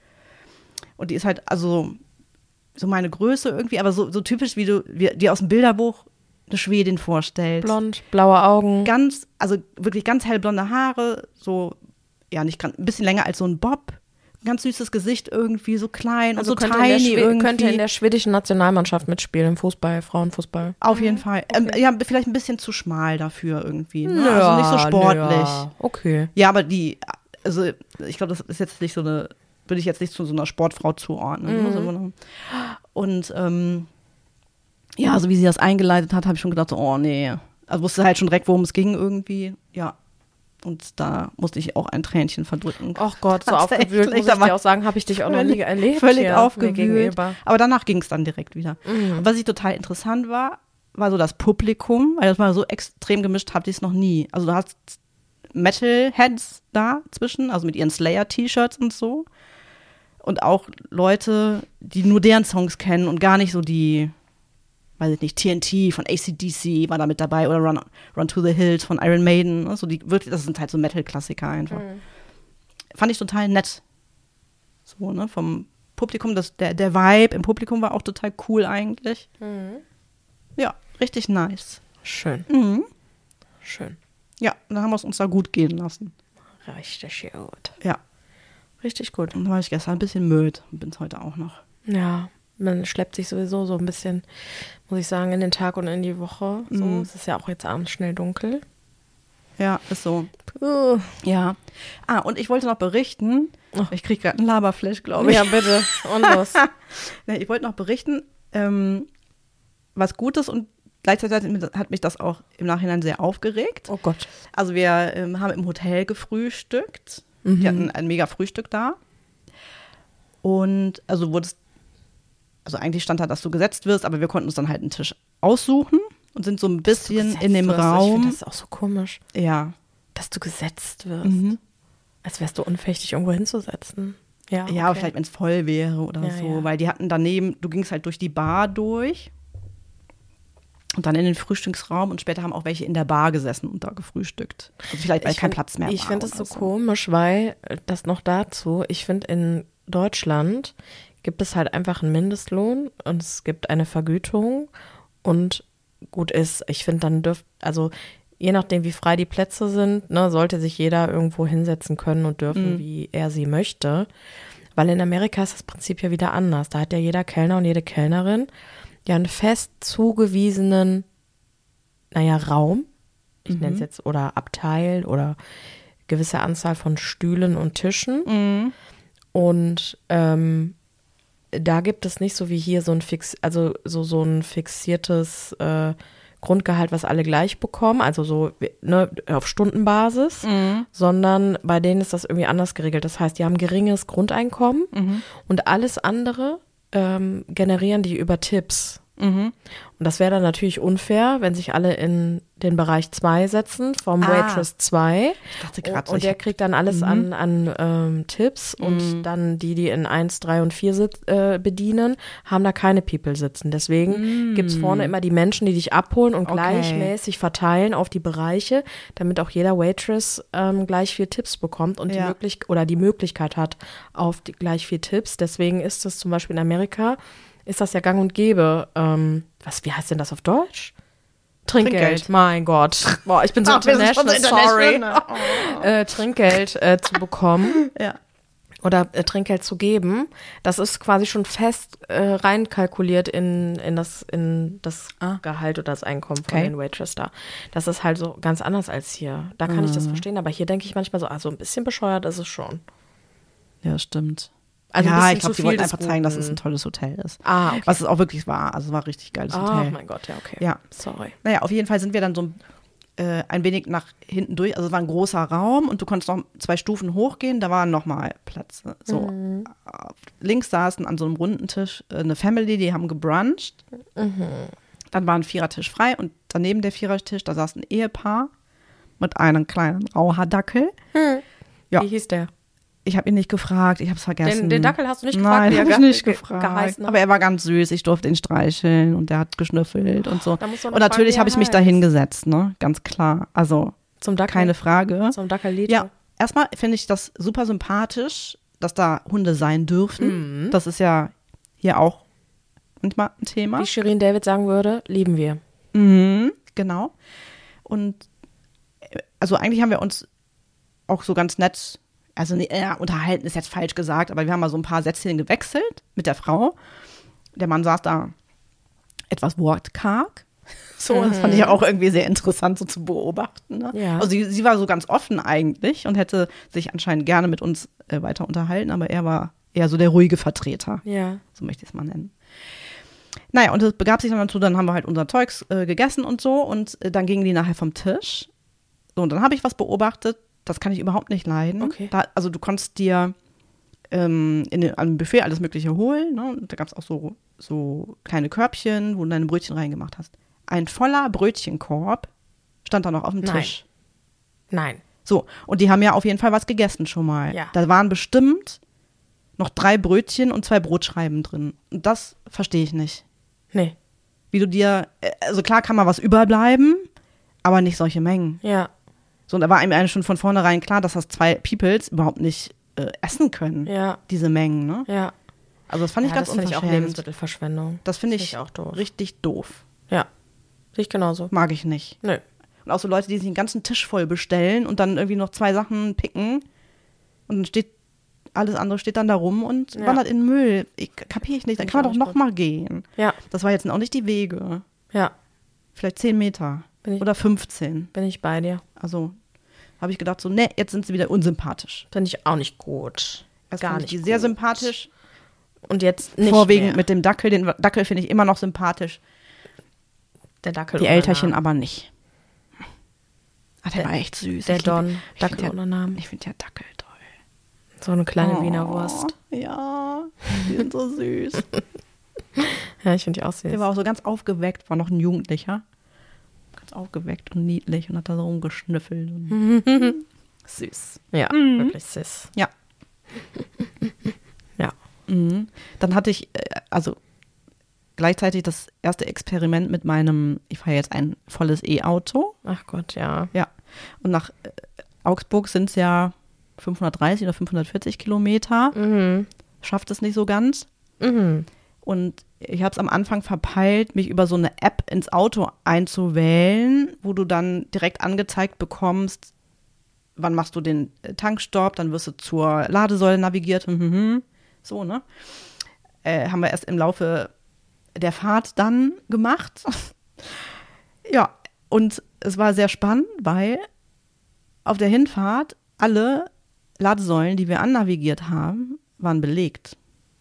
Und die ist halt, also so meine Größe irgendwie, aber so, so typisch, wie du wie, dir aus dem Bilderbuch eine Schwedin vorstellst. Blond, blaue Augen. Ganz, also wirklich ganz hellblonde Haare, so, ja, nicht ganz, ein bisschen länger als so ein Bob. Ganz süßes Gesicht irgendwie, so klein Also und so könnte in der tiny Schwe- irgendwie. könnte in der schwedischen Nationalmannschaft mitspielen, im Fußball, Frauenfußball. Auf jeden Fall. Okay. Ähm, ja, vielleicht ein bisschen zu schmal dafür irgendwie. Ne? Also nicht so sportlich. Ja, okay. Ja, aber die, also ich glaube, das ist jetzt nicht so eine, würde ich jetzt nicht zu so einer Sportfrau zuordnen. Mhm. Und ähm, ja, so wie sie das eingeleitet hat, habe ich schon gedacht, so, oh nee. Also wusste halt schon direkt, worum es ging irgendwie. Ja. Und da musste ich auch ein Tränchen verdrücken. Ach Gott, so aufgewühlt, muss ich dir auch sagen, habe ich dich auch noch nie erlebt. Völlig hier aufgewühlt. Aber danach ging es dann direkt wieder. Mhm. Und was ich total interessant war, war so das Publikum, weil das war so extrem gemischt, hatte ich es noch nie. Also du hast Metal-Heads da zwischen, also mit ihren Slayer-T-Shirts und so. Und auch Leute, die nur deren Songs kennen und gar nicht so die, weiß ich nicht, T N T von A C D C war da mit dabei oder Run, Run to the Hills von Iron Maiden. Also die wirklich, das sind halt so Metal-Klassiker einfach. Mhm. Fand ich total nett. So, ne, vom Publikum, das, der, der Vibe im Publikum war auch total cool eigentlich. Mhm. Ja, richtig nice. Schön. Mhm. Schön. Ja, dann haben wir es uns da gut gehen lassen. Richtig gut. Ja. Richtig gut. Und dann war ich gestern ein bisschen müde und bin es heute auch noch. Ja, man schleppt sich sowieso so ein bisschen, muss ich sagen, in den Tag und in die Woche. So, Mhm. es ist ja auch jetzt abends schnell dunkel. Ja, ist so. Uh. Ja. Ah, und ich wollte noch berichten, Oh. ich kriege gerade einen Laberflash, glaube ich. Ja, bitte. Und los. Nee, ich wollte noch berichten, ähm, was Gutes und gleichzeitig hat mich das auch im Nachhinein sehr aufgeregt. Oh Gott. Also wir ähm, haben im Hotel gefrühstückt. Mhm. Wir hatten ein mega Frühstück da. Und also wurde es, also eigentlich stand da, dass du gesetzt wirst, aber wir konnten uns dann halt einen Tisch aussuchen und sind so ein bisschen in dem wirst. Ich Raum. finde das auch so komisch, Ja. dass du gesetzt wirst. Mhm. Als wärst du unfähig, dich irgendwo hinzusetzen. Ja, okay. Ja, vielleicht, wenn es voll wäre oder Ja, so. ja. Weil die hatten daneben, du gingst halt durch die Bar durch und dann in den Frühstücksraum und später haben auch welche in der Bar gesessen und da gefrühstückt. Also vielleicht, weil Ich kein find- Platz mehr Ich war. finde das so oder komisch, weil, äh, das noch dazu, ich finde in Deutschland gibt es halt einfach einen Mindestlohn und es gibt eine Vergütung und gut ist, ich finde dann dürft, also je nachdem wie frei die Plätze sind, ne, sollte sich jeder irgendwo hinsetzen können und dürfen, Mhm. wie er sie möchte. Weil in Amerika ist das Prinzip ja wieder anders. Da hat ja jeder Kellner und jede Kellnerin ja einen fest zugewiesenen, naja, Raum, ich Mhm. nenne es jetzt, oder Abteil oder gewisse Anzahl von Stühlen und Tischen. Mhm. Und ähm, da gibt es nicht so wie hier so ein fix, also so, so ein fixiertes äh, Grundgehalt, was alle gleich bekommen, also so ne, auf Stundenbasis, Mhm. sondern bei denen ist das irgendwie anders geregelt. Das heißt, die haben geringes Grundeinkommen Mhm. und alles andere ähm, generieren die über Tipps. Mhm. Und das wäre dann natürlich unfair, wenn sich alle in den Bereich zwei setzen, vom Ah. Waitress zwei. Ich dachte gerade so, Und ich der hab- kriegt dann alles an, an ähm, Tipps. Und dann die, die in eins, drei und vier sit, äh, bedienen, haben da keine People sitzen. Deswegen gibt's vorne immer die Menschen, die dich abholen und Okay. gleichmäßig verteilen auf die Bereiche, damit auch jeder Waitress ähm, gleich vier Tipps bekommt und die Ja. möglich oder die Möglichkeit hat auf die, gleich vier Tipps. Deswegen ist es zum Beispiel in Amerika, ist das ja gang und gäbe. Ähm, was, wie heißt denn das auf Deutsch? Trinkgeld. Trinkgeld. Mein Gott. Boah, ich bin so Ach, wir sind schon international, so sorry. international. äh, Trinkgeld äh, zu bekommen Ja. oder äh, Trinkgeld zu geben. Das ist quasi schon fest äh, reinkalkuliert in, in, das, in das Ah. Gehalt oder das Einkommen von Okay. den Waitress da. Das ist halt so ganz anders als hier. Da kann ich das verstehen, aber hier denke ich manchmal so, also ein bisschen bescheuert ist es schon. Ja, stimmt. Also ein ja, bisschen ich glaube, zu die wollten viel des einfach zeigen, dass es Guten. ein tolles Hotel ist. Ah, okay. Was es auch wirklich war. Also es war ein richtig geiles Oh Hotel. mein Gott, ja, okay. Ja. Sorry. Naja, auf jeden Fall sind wir dann so äh, ein wenig nach hinten durch. Also es war ein großer Raum und du konntest noch zwei Stufen hochgehen, da waren nochmal Plätze. So, Mhm. äh, links saßen an so einem runden Tisch äh, eine Family, die haben gebruncht. Mhm. Dann war ein Vierertisch frei und daneben der Vierertisch, da saß ein Ehepaar mit einem kleinen Rauhaardackel. Ja. Wie hieß der? Ich habe ihn nicht gefragt, ich habe es vergessen. Den, den Dackel hast du nicht gefragt, Nein, wie er habe ich ge- nicht ge- gefragt. geheißen hat? Aber er war ganz süß, ich durfte ihn streicheln und der hat geschnüffelt und so. Da musst du noch Und natürlich fragen, habe wie ich er mich da heißt. hingesetzt, ne? Ganz klar. Also Zum Dackel? keine Frage. Zum Dackellied? Ja, erstmal finde ich das super sympathisch, dass da Hunde sein dürfen. Mhm. Das ist ja hier auch manchmal ein Thema. Wie Shirin David sagen würde, lieben wir. Mhm, genau. Und äh, also eigentlich haben wir uns auch so ganz nett, also nee, ja, unterhalten ist jetzt falsch gesagt, aber wir haben mal so ein paar Sätzchen gewechselt mit der Frau. Der Mann saß da etwas wortkarg. So, das fand ich ja auch irgendwie sehr interessant so zu beobachten. Ne? Ja. Also sie, sie war so ganz offen eigentlich und hätte sich anscheinend gerne mit uns äh, weiter unterhalten, aber er war eher so der ruhige Vertreter. Ja. So möchte ich es mal nennen. Naja, und es begab sich dann dazu, dann haben wir halt unser Zeugs äh, gegessen und so und äh, dann gingen die nachher vom Tisch. So, und dann habe ich was beobachtet, das kann ich überhaupt nicht leiden. Okay. Da, also du konntest dir ähm, in den, am Buffet alles Mögliche holen. Ne? Und da gab es auch so, so kleine Körbchen, wo du deine Brötchen reingemacht hast. Ein voller Brötchenkorb stand da noch auf dem Nein. Tisch. Nein. So, und die haben ja auf jeden Fall was gegessen schon mal. Ja. Da waren bestimmt noch drei Brötchen und zwei Brotscheiben drin. Und das verstehe ich nicht. Nee. Wie du dir, äh, also klar kann mal was überbleiben, aber nicht solche Mengen. Ja. So, und da war einem eigentlich schon von vornherein klar, dass das zwei Peoples überhaupt nicht äh, essen können, Ja. diese Mengen, ne? Ja. Also das fand ich ja, ganz das finde ich auch unverschämt. Lebensmittelverschwendung. Das finde Find ich, ich auch doof. richtig doof. Ja. Sehe ich genauso. Mag ich nicht. Nö. Und auch so Leute, die sich den ganzen Tisch voll bestellen und dann irgendwie noch zwei Sachen picken und dann steht, alles andere steht dann da rum und Ja. wandert in den Müll. Ich, kapiere ich nicht. Dann Find kann man ich doch auch noch mal gehen. Ja. Das war jetzt auch nicht die Wege. Ja. Vielleicht zehn Meter Bin ich- oder fünfzehn. Bin ich bei dir. Also habe ich gedacht so, ne, jetzt sind sie wieder unsympathisch. Finde ich auch nicht gut. Erst Gar fand nicht ich die sehr gut. sympathisch. Und jetzt nicht Vorwiegend mehr. mit dem Dackel. Den Dackel finde ich immer noch sympathisch. Der Dackel Die ohne Elterchen Namen. aber nicht. Ach, der, Der- war echt süß. Der Ich liebe- Don. ich Dackel find ja- ohne Namen. Ich finde ja Dackel toll. So eine kleine Oh, Wiener Wurst. Ja, die sind so süß. Ja, ich finde die auch süß. Der war auch so ganz aufgeweckt, war noch ein Jugendlicher. Ganz aufgeweckt und niedlich und hat da so rumgeschnüffelt. Und süß. ja, wirklich süß. Ja. Ja. Mhm. Dann hatte ich, äh, also gleichzeitig das erste Experiment mit meinem, ich fahre jetzt ein volles E-Auto. Ach Gott, ja. Ja. Und nach äh, Augsburg sind es ja fünfhundertdreißig oder fünfhundertvierzig Kilometer. Mhm. Schafft es nicht so ganz. Mhm. Und ich habe es am Anfang verpeilt, mich über so eine App ins Auto einzuwählen, wo du dann direkt angezeigt bekommst, wann machst du den äh, Tankstopp, dann wirst du zur Ladesäule navigiert. Mhm. So, ne? Äh, haben wir erst im Laufe der Fahrt dann gemacht. Ja, und es war sehr spannend, weil auf der Hinfahrt alle Ladesäulen, die wir annavigiert haben, waren belegt.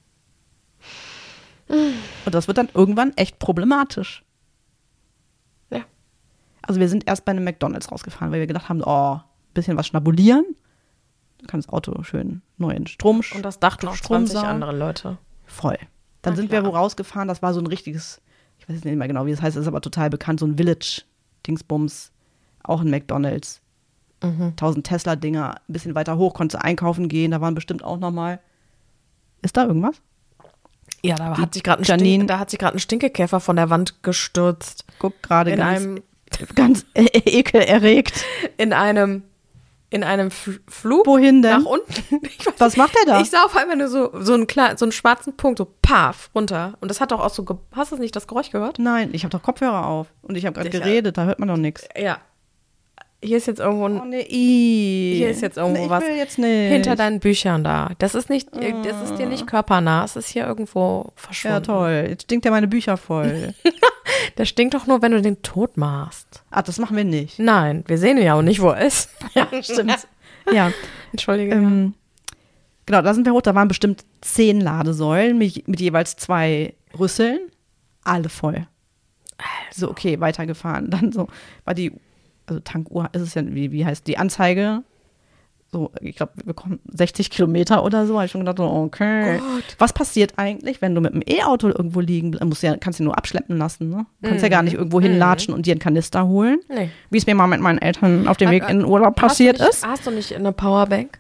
Und das wird dann irgendwann echt problematisch. Ja. Also wir sind erst bei einem McDonald's rausgefahren, weil wir gedacht haben, oh, bisschen was schnabulieren. Dann kann das Auto schön neuen Strom Und das dachten auch Strom zwanzig saugen. andere Leute. Voll. Dann Na sind klar. wir wo rausgefahren, das war so ein richtiges, ich weiß nicht mehr genau, wie das heißt, ist aber total bekannt, so ein Village-Dingsbums, auch ein McDonald's. Mhm. tausend Tesla-Dinger, ein bisschen weiter hoch, konntest du einkaufen gehen, da waren bestimmt auch nochmal. Ist da irgendwas? Ja, da Die hat sich gerade ein, Janine- Stink, da hat sich gerade ein Stinkekäfer von der Wand gestürzt. Guck gerade In ganz, einem, ganz e ekelerregt. in einem, in einem Fl- Flug Wohin denn? nach unten. Ich weiß Was macht der da? Ich sah auf einmal nur so, so, einen, kleinen, so einen schwarzen Punkt, so paf, runter. Und das hat doch auch so, ge- hast du nicht das Geräusch gehört? Nein, ich habe doch Kopfhörer auf und ich habe gerade Sicher. geredet, da hört man doch nichts. Ja. Hier ist jetzt irgendwo ein, Oh nee, ii. hier ist jetzt irgendwo nee, ich was will jetzt nicht. hinter deinen Büchern da. Das ist nicht, das ist dir nicht körpernah, es ist hier irgendwo verschwunden. Ja, toll. Jetzt stinkt ja meine Bücher voll. Das stinkt doch nur, wenn du den tot machst. Ach, das machen wir nicht. Nein, wir sehen ja auch nicht, wo er ist. Ja, stimmt. Ja, Entschuldige. ähm, genau, da sind wir hoch, da waren bestimmt zehn Ladesäulen mit, mit jeweils zwei Rüsseln. Alle voll. So, okay, weitergefahren. Dann so, war die, also Tankuhr, ist es ja, wie, wie heißt die Anzeige? So, ich glaube, wir kommen sechzig Kilometer oder so. Habe ich schon gedacht, so, okay. Gott. Was passiert eigentlich, wenn du mit dem E-Auto irgendwo liegen bleibst? Musst ja, kannst du nur abschleppen lassen, ne? Du kannst ja gar nicht irgendwo hinlatschen und dir einen Kanister holen. Nee. Wie es mir mal mit meinen Eltern auf dem Weg Hat- in den Urlaub passiert hast du nicht, ist. Hast du nicht eine Powerbank?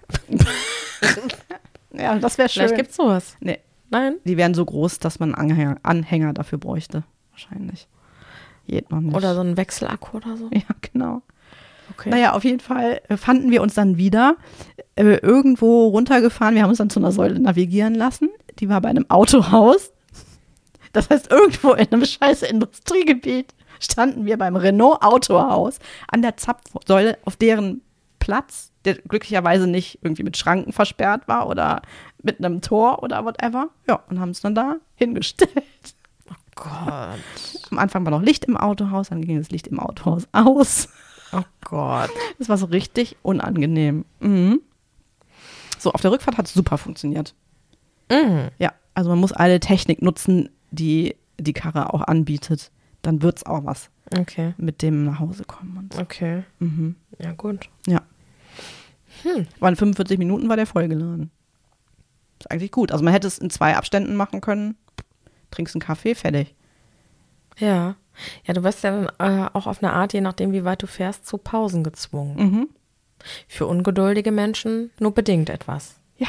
Ja, das wäre schön. Vielleicht gibt's sowas. Nee, Nein? die wären so groß, dass man einen Anhänger, Anhänger dafür bräuchte. Wahrscheinlich. Geht noch nicht. Oder so ein Wechselakku oder so? Ja, genau. Okay. Naja, auf jeden Fall äh, fanden wir uns dann wieder äh, irgendwo runtergefahren. Wir haben uns dann zu einer Säule navigieren lassen. Die war bei einem Autohaus. Das heißt, irgendwo in einem scheiß Industriegebiet standen wir beim Renault Autohaus an der Zapfsäule, auf deren Platz, der glücklicherweise nicht irgendwie mit Schranken versperrt war oder mit einem Tor oder whatever. Ja, und haben es dann da hingestellt. Gott. Am Anfang war noch Licht im Autohaus, dann ging das Licht im Autohaus aus. Oh Gott. Das war so richtig unangenehm. Mhm. So, auf der Rückfahrt hat es super funktioniert. Mhm. Ja, also man muss alle Technik nutzen, die die Karre auch anbietet. Dann wird es auch was Okay. mit dem nach Hause kommen. Und so. Okay. Mhm. Ja, gut. Ja. Hm. Waren fünfundvierzig Minuten war der vollgeladen. Ist eigentlich gut. Also man hätte es in zwei Abständen machen können. Trinkst einen Kaffee, fertig. Ja. Ja, du wirst ja dann äh, auch auf eine Art, je nachdem, wie weit du fährst, zu Pausen gezwungen. Mhm. Für ungeduldige Menschen nur bedingt etwas. Ja.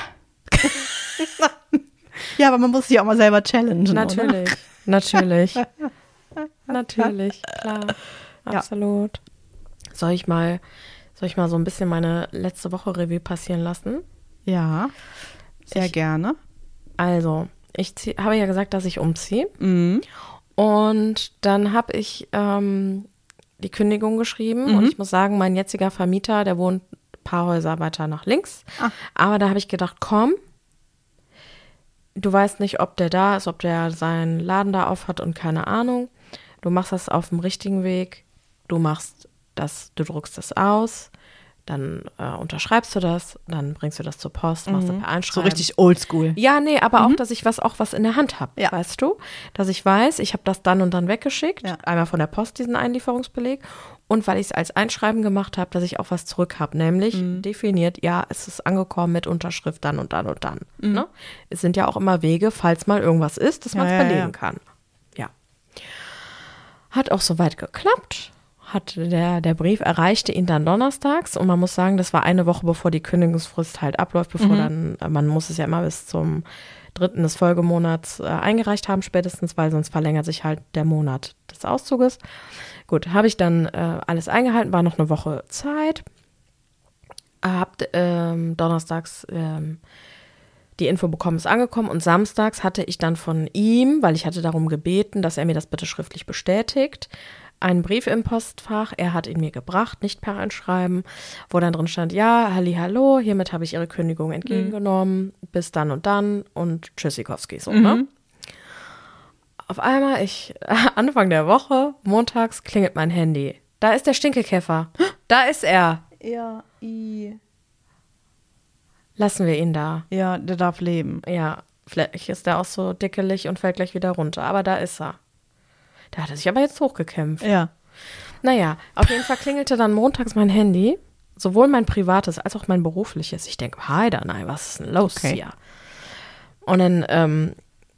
Ja, aber man muss sich auch mal selber challengen. Natürlich. Oder? Natürlich. Natürlich, klar. Ja. Absolut. Soll ich mal, soll ich mal so ein bisschen meine letzte Woche Revue passieren lassen? Ja, sehr Ich- gerne. Also, ich zieh, habe ja gesagt, dass ich umziehe. Mhm. Und dann habe ich ähm, die Kündigung geschrieben. Mhm. Und ich muss sagen, mein jetziger Vermieter, der wohnt ein paar Häuser weiter nach links. Ah. Aber da habe ich gedacht, komm, du weißt nicht, ob der da ist, ob der seinen Laden da auf hat und keine Ahnung. Du machst das auf dem richtigen Weg. Du machst das, du druckst das aus, dann äh, unterschreibst du das, dann bringst du das zur Post, machst du per So Einschreiben. richtig oldschool. Ja, nee, aber auch, dass ich was auch was in der Hand habe, Ja. weißt du? Dass ich weiß, ich habe das dann und dann weggeschickt, Ja. einmal von der Post diesen Einlieferungsbeleg und weil ich es als Einschreiben gemacht habe, dass ich auch was zurück habe, nämlich Mhm. definiert, ja, es ist angekommen mit Unterschrift dann und dann und dann. Ne? Es sind ja auch immer Wege, falls mal irgendwas ist, dass man es Mhm. Ja, ja, belegen ja. kann. Ja. Hat auch soweit geklappt. Hat der, der Brief erreichte ihn dann donnerstags und man muss sagen, das war eine Woche, bevor die Kündigungsfrist halt abläuft, bevor dann, man muss es ja immer bis zum dritten des Folgemonats äh, eingereicht haben, spätestens, weil sonst verlängert sich halt der Monat des Auszuges. Gut, habe ich dann äh, alles eingehalten, war noch eine Woche Zeit. Hab ähm, donnerstags ähm, die Info bekommen, ist angekommen und samstags hatte ich dann von ihm, weil ich hatte darum gebeten, dass er mir das bitte schriftlich bestätigt, einen Brief im Postfach. Er hat ihn mir gebracht, nicht per Einschreiben, wo dann drin stand, ja, hallihallo, hiermit habe ich Ihre Kündigung entgegengenommen, bis dann und dann und Tschüssikowski, so, ne? Auf einmal, ich, Anfang der Woche, montags, klingelt mein Handy. Da ist der Stinkekäfer. Da ist er. Ja, i. Lassen wir ihn da. Ja, der darf leben. Ja, vielleicht ist der auch so dickelig und fällt gleich wieder runter. Aber da ist er. Da hat er sich aber jetzt hochgekämpft. Ja. Naja, auf jeden Fall klingelte dann montags mein Handy. Sowohl mein privates als auch mein berufliches. Ich denke, hi da, nein, was ist denn los Okay. hier? Und dann ähm,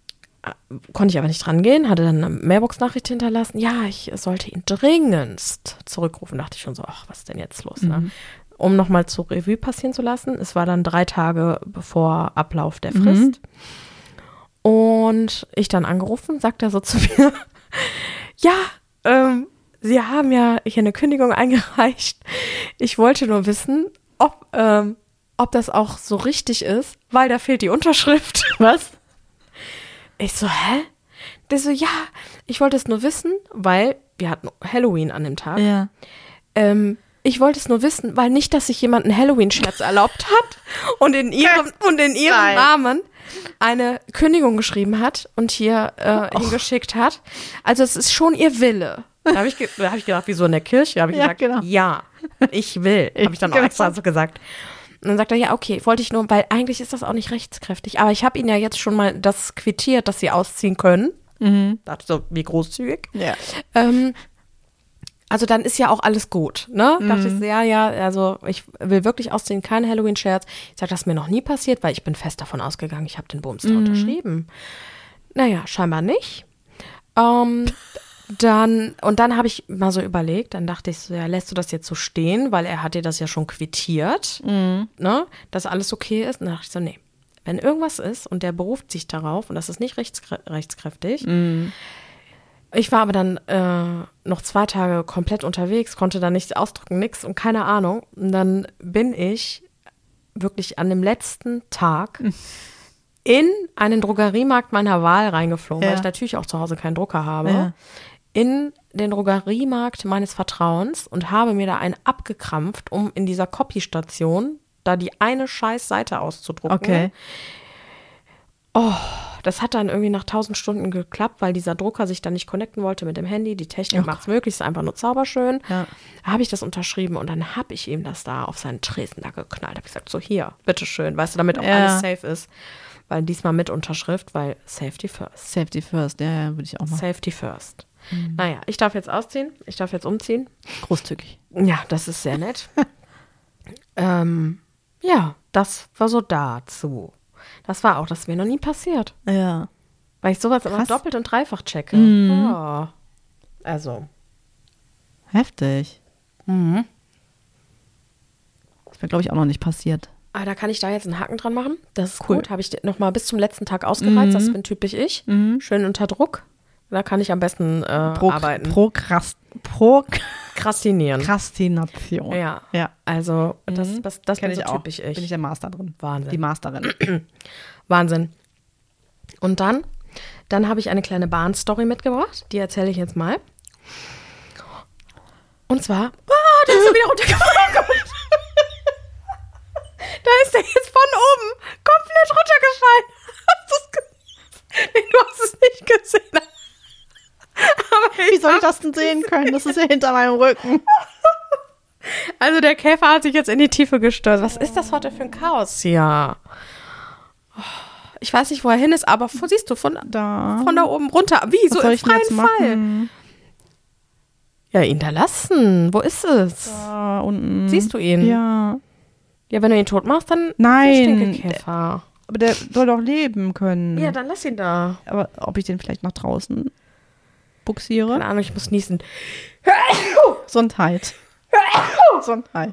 konnte ich aber nicht dran gehen, hatte dann eine Mailbox-Nachricht hinterlassen. Ja, ich sollte ihn dringendst zurückrufen. Dachte ich schon so, ach, was ist denn jetzt los? Mhm. Ne? Um nochmal zur Revue passieren zu lassen. Es war dann drei Tage bevor Ablauf der Frist. Mhm. Und ich dann angerufen, sagt er so zu mir, ja, ähm, Sie haben ja hier eine Kündigung eingereicht. Ich wollte nur wissen, ob, ähm, ob das auch so richtig ist, weil da fehlt die Unterschrift. Was? Ich so, hä? Der so, ja, ich wollte es nur wissen, weil wir hatten Halloween an dem Tag. Ja. Ähm, ich wollte es nur wissen, weil nicht, dass sich jemand einen Halloween-Scherz erlaubt hat und in ihrem, und in ihrem Nein. Namen eine Kündigung geschrieben hat und hier äh, Oh. hingeschickt hat. Also es ist schon ihr Wille. Da habe ich, ge- da hab ich gedacht, wieso in der Kirche? Da habe ich Ja, gesagt, genau. ja, ich will. Habe ich dann auch Genau. extra so gesagt. Und dann sagt er, ja, okay, wollte ich nur, weil eigentlich ist das auch nicht rechtskräftig. Aber ich habe Ihnen ja jetzt schon mal das quittiert, dass Sie ausziehen können. Mhm. Dachte so, wie großzügig. Ja. Ähm, also dann ist ja auch alles gut, ne? Mhm. Dachte ich so, ja, ja, also ich will wirklich ausziehen, kein Halloween-Scherz. Ich sage, das ist mir noch nie passiert, weil ich bin fest davon ausgegangen, ich habe den Bums da Mhm. unterschrieben. Naja, scheinbar nicht. Ähm, dann, und dann habe ich mal so überlegt, dann dachte ich so, ja, lässt du das jetzt so stehen, weil er hat dir das ja schon quittiert, Mhm. ne? Dass alles okay ist. Und dann dachte ich so, nee, wenn irgendwas ist und der beruft sich darauf und das ist nicht rechtskrä- rechtskräftig. Mhm. Ich war aber dann äh, noch zwei Tage komplett unterwegs, konnte da nichts ausdrucken, nix und keine Ahnung. Und dann bin ich wirklich an dem letzten Tag in einen Drogeriemarkt meiner Wahl reingeflogen, Ja. weil ich natürlich auch zu Hause keinen Drucker habe. Ja. In den Drogeriemarkt meines Vertrauens und habe mir da einen abgekrampft, um in dieser Copy-Station da die eine scheiß Seite auszudrucken. Okay. Das hat dann irgendwie nach tausend Stunden geklappt, weil dieser Drucker sich dann nicht connecten wollte mit dem Handy. Die Technik Oh macht es möglich, ist einfach nur zauberschön. Ja. Da habe ich das unterschrieben und dann habe ich ihm das da auf seinen Tresen da geknallt. Habe ich gesagt, so hier, bitteschön, weißt du, damit auch Ja. alles safe ist. Weil diesmal mit Unterschrift, weil Safety first. Safety first, ja, ja, würde ich auch machen. Safety first. Naja, ich darf jetzt ausziehen, ich darf jetzt umziehen. Großzügig. Ja, das ist sehr nett. ähm, ja, das war so dazu. Das war auch, das ist mir noch nie passiert. Ja. Weil ich sowas immer Krass. doppelt und dreifach checke. Mhm. Ja. Also. Heftig. Mhm. Das wäre, glaube ich, auch noch nicht passiert. Aber da kann ich da jetzt einen Haken dran machen. Das ist Cool. gut. Habe ich noch mal bis zum letzten Tag ausgereizt. Mhm. Das bin typisch ich. Mhm. Schön unter Druck. Da kann ich am besten äh, Pro, arbeiten. Prokrast, Krastinieren. Prokrastination. Ja. Ja. Also, das, Mhm. das, das Kenn bin so ich auch. typisch ich. Bin ich der Master drin. Wahnsinn. Die Masterin. Wahnsinn. Und dann, dann habe ich eine kleine Bahnstory mitgebracht. Die erzähle ich jetzt mal. Und zwar, ah, der ist so wieder runtergefallen. Da ist der jetzt von oben komplett runtergefallen. Hast du's ge- nee, du hast es nicht gesehen. Aber Wie soll ich das denn sehen können? Das ist ja hinter meinem Rücken. Also der Käfer hat sich jetzt in die Tiefe gestürzt. Was ist das heute für ein Chaos hier? Ich weiß nicht, wo er hin ist, aber von, siehst du, von Da. von da oben runter. Wie, Was so soll im ich denn jetzt freien Fall. machen? Ja, ihn da lassen. Wo ist es? Da unten. Siehst du ihn? Ja. Ja, wenn du ihn tot machst, dann Nein. ist der Stinkekäfer. Aber der soll doch leben können. Ja, dann lass ihn da. Aber ob ich den vielleicht nach draußen buxiere? Keine Ahnung, ich muss niesen. Gesundheit. Gesundheit.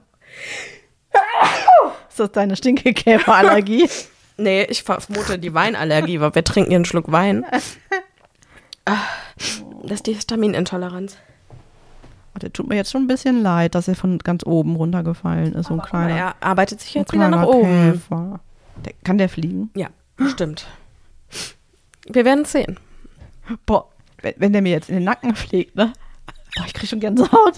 Ist das deine Stinkekäferallergie? Nee, ich vermute die Weinallergie, weil wir trinken hier einen Schluck Wein. Ah, das ist die Histaminintoleranz. Oh, der tut mir jetzt schon ein bisschen leid, dass er von ganz oben runtergefallen ist. So ein Aber kleiner, er arbeitet sich ein jetzt wieder nach kleiner oben. Käfer. Der, kann der fliegen? Ja, stimmt. Wir werden es sehen. Boah, wenn, wenn der mir jetzt in den Nacken fliegt, ne? Boah, ich krieg schon Gänsehaut.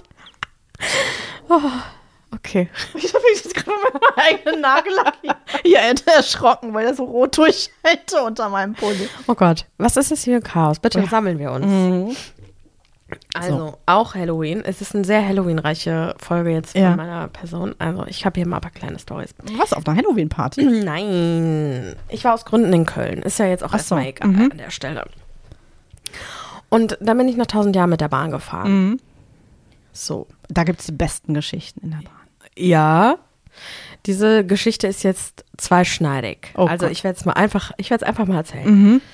Okay. Ich habe mich jetzt gerade mit meinem eigenen Nagellack hier, hier erschrocken, weil der so rot durchscheinte unter meinem Pulli. Oh Gott, was ist das hier für ein Chaos? Bitte Ja. sammeln wir uns. Mhm. Also, auch Halloween. Es ist eine sehr Halloween-reiche Folge jetzt von Ja. meiner Person. Also, ich habe hier mal ein paar kleine Storys. Was, auf einer Halloween-Party? Nein. Ich war aus Gründen in Köln. Ist ja jetzt auch Ach so, erstmal egal mhm. an der Stelle. Und dann bin ich nach tausend Jahren mit der Bahn gefahren. Mhm. So. Da gibt es die besten Geschichten in der Bahn. Ja. Diese Geschichte ist jetzt zweischneidig. Oh also, Gott. ich werde es mal einfach, ich werde es einfach mal erzählen. Mhm.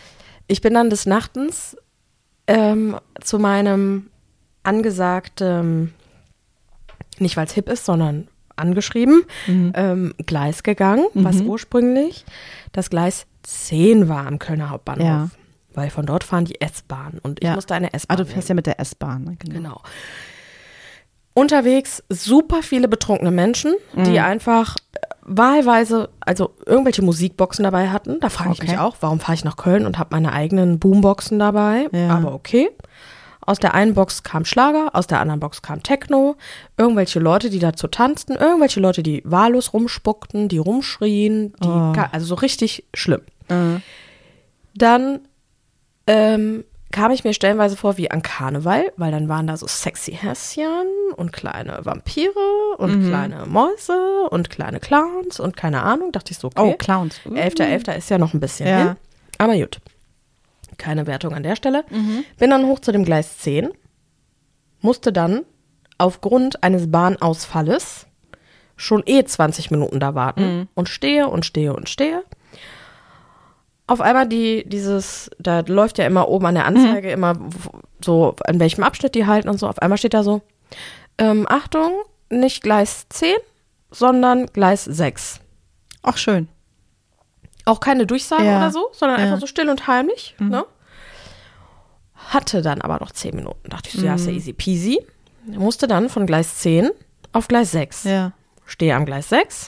Ich bin dann des Nachtens ähm, zu meinem angesagten, nicht weil es hip ist, sondern angeschrieben, mhm. ähm, Gleis gegangen, mhm. was ursprünglich das Gleis zehn war am Kölner Hauptbahnhof. Ja. Weil von dort fahren die S-Bahn und ich ja. musste eine S-Bahn Ah, du fährst nehmen. ja mit der S-Bahn. Ne? Genau. genau. Unterwegs super viele betrunkene Menschen, mhm. die einfach wahlweise, also irgendwelche Musikboxen dabei hatten. Da frage ich okay. mich auch, warum fahre ich nach Köln und habe meine eigenen Boomboxen dabei? Ja. Aber okay. Aus der einen Box kam Schlager, aus der anderen Box kam Techno, irgendwelche Leute, die dazu tanzten, irgendwelche Leute, die wahllos rumspuckten, die rumschrien, die, oh. also so richtig schlimm. Mhm. Dann ähm, kam ich mir stellenweise vor wie an Karneval, weil dann waren da so sexy Häschen und kleine Vampire und mhm. kleine Mäuse und kleine Clowns und keine Ahnung, dachte ich so, okay. Oh, Clowns. Uh. Elfter, Elfter ist ja noch ein bisschen ja. hin, aber gut. Keine Wertung an der Stelle. Mhm. Bin dann hoch zu dem Gleis zehn, musste dann aufgrund eines Bahnausfalles schon eh zwanzig Minuten da warten mhm. und stehe und stehe und stehe. Auf einmal die, dieses, da läuft ja immer oben an der Anzeige mhm. immer so, an welchem Abschnitt die halten und so. Auf einmal steht da so, ähm, Achtung, nicht Gleis zehn, sondern Gleis sechs. Ach, schön. Auch keine Durchsage ja. oder so, sondern ja. einfach so still und heimlich. Mhm. Ne? Hatte dann aber noch zehn Minuten. Dachte ich so, mhm. ja, ist ja easy peasy. Musste dann von Gleis zehn auf Gleis sechs. Ja. Stehe am Gleis sechs.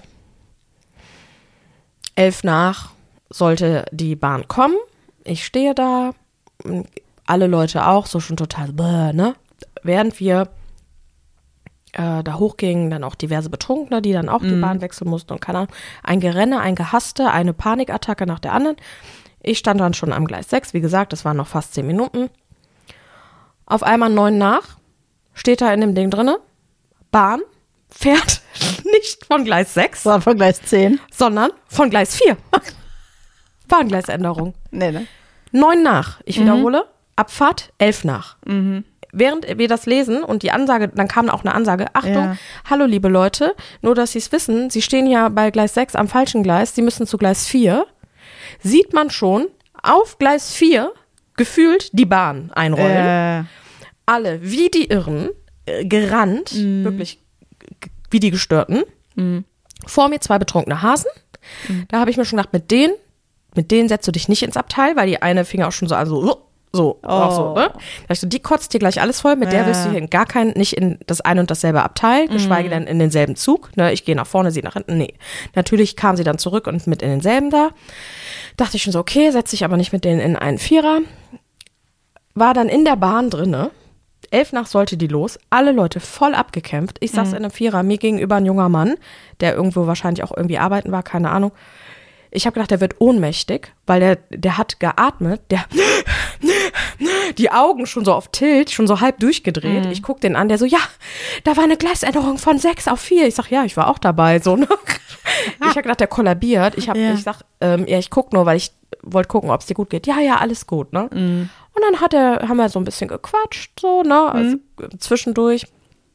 Elf nach sollte die Bahn kommen. Ich stehe da. Alle Leute auch, so schon total, bäh, ne? Während wir äh, da hochgingen, dann auch diverse Betrunkene, die dann auch mhm. die Bahn wechseln mussten und keine Ahnung. Ein Gerenne, ein Gehaste, eine Panikattacke nach der anderen. Ich stand dann schon am Gleis sechs, wie gesagt, das waren noch fast zehn Minuten. Auf einmal neun nach, steht da in dem Ding drinne, Bahn fährt nicht von Gleis sechs, sondern von Gleis zehn, sondern von Gleis vier. Bahngleisänderung. Nee, ne? neun nach, ich wiederhole, mhm. Abfahrt elf nach. Mhm. Während wir das lesen und die Ansage, dann kam auch eine Ansage, Achtung, ja. hallo liebe Leute, nur dass Sie es wissen, Sie stehen ja bei Gleis sechs am falschen Gleis, Sie müssen zu Gleis vier. Sieht man schon auf Gleis vier gefühlt die Bahn einrollen. Äh. Alle wie die Irren, äh, gerannt, mm. wirklich g- wie die Gestörten. Mm. Vor mir zwei betrunkene Hasen. Mm. Da habe ich mir schon gedacht, mit denen, mit denen setzt du dich nicht ins Abteil, weil die eine fing auch schon so an, so, so, oh. auch so, ne? Da dachte ich so, die kotzt dir gleich alles voll, mit ja. der willst du hier in gar kein, nicht in das ein und dasselbe Abteil, geschweige mm. denn in denselben Zug, ne? Ich gehe nach vorne, sie nach hinten, nee. Natürlich kam sie dann zurück und mit in denselben da. Dachte ich schon so, okay, setze ich aber nicht mit denen in einen Vierer. War dann in der Bahn drinne. Elf nach sollte die los. Alle Leute voll abgekämpft. Ich saß mhm. in einem Vierer, mir gegenüber ein junger Mann, der irgendwo wahrscheinlich auch irgendwie arbeiten war, keine Ahnung. Ich habe gedacht, der wird ohnmächtig, weil der, der hat geatmet, der die Augen schon so auf Tilt, schon so halb durchgedreht. Mhm. Ich guck den an, der so, ja, da war eine Gleisänderung von sechs auf vier. Ich sag, ja, ich war auch dabei, so, ne? Ich habe gedacht, der kollabiert. Ich, hab, ja. ich sag, ähm, ja, ich guck nur, weil ich wollte gucken, ob es dir gut geht. Ja, ja, alles gut, ne? Mhm. Und dann hat er, haben wir so ein bisschen gequatscht, so, ne? Also, mhm. zwischendurch.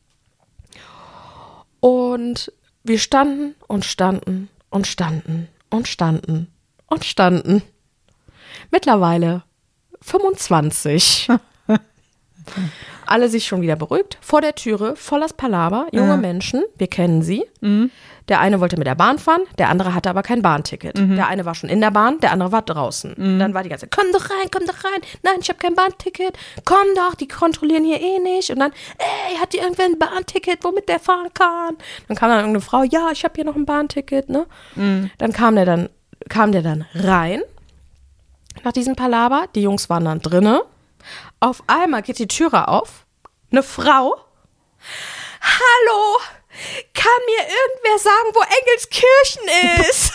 Und wir standen und standen und standen und standen und standen. Mittlerweile fünfundzwanzig. Alle sich schon wieder beruhigt. Vor der Türe volles Palaver, junge ja. Menschen, wir kennen sie. Mhm. Der eine wollte mit der Bahn fahren, der andere hatte aber kein Bahnticket. Mhm. Der eine war schon in der Bahn, der andere war draußen. Mhm. Dann war die ganze Zeit, komm doch rein, komm doch rein. Nein, ich habe kein Bahnticket. Komm doch, die kontrollieren hier eh nicht. Und dann, ey, hat die irgendwer ein Bahnticket, womit der fahren kann? Dann kam dann irgendeine Frau, ja, ich habe hier noch ein Bahnticket, ne? Mhm. Dann kam der dann, kam der dann rein. Nach diesem Palaver, die Jungs waren dann drinne. Auf einmal geht die Türe auf. Eine Frau. Hallo, kann mir irgendwer sagen, wo Engelskirchen ist?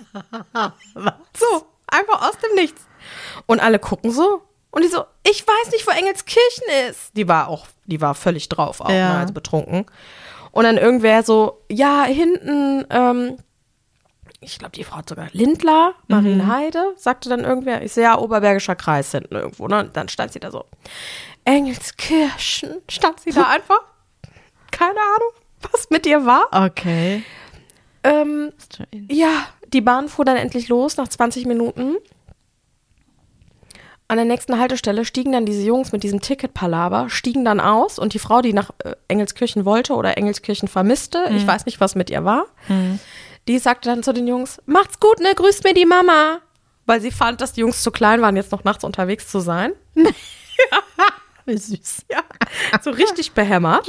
So, einfach aus dem Nichts. Und alle gucken so. Und die so, ich weiß nicht, wo Engelskirchen ist. Die war auch, die war völlig drauf, auch ja. ne, also betrunken. Und dann irgendwer so, ja, hinten, ähm, ich glaube, die Frau hat sogar Lindlar, Marienheide, mhm. sagte dann irgendwer. Ich so, ja, Oberbergischer Kreis hinten irgendwo. Ne? Und dann stand sie da so. Engelskirchen, stand sie da einfach. Keine Ahnung, was mit ihr war. Okay. Ähm, ja, die Bahn fuhr dann endlich los nach zwanzig Minuten. An der nächsten Haltestelle stiegen dann diese Jungs mit diesem Ticketpalaver, stiegen dann aus und die Frau, die nach äh, Engelskirchen wollte oder Engelskirchen vermisste, mhm. ich weiß nicht, was mit ihr war, mhm. die sagte dann zu den Jungs, macht's gut, ne, grüßt mir die Mama. Weil sie fand, dass die Jungs zu klein waren, jetzt noch nachts unterwegs zu sein. Ja. Wie süß. Ja, so richtig behämmert.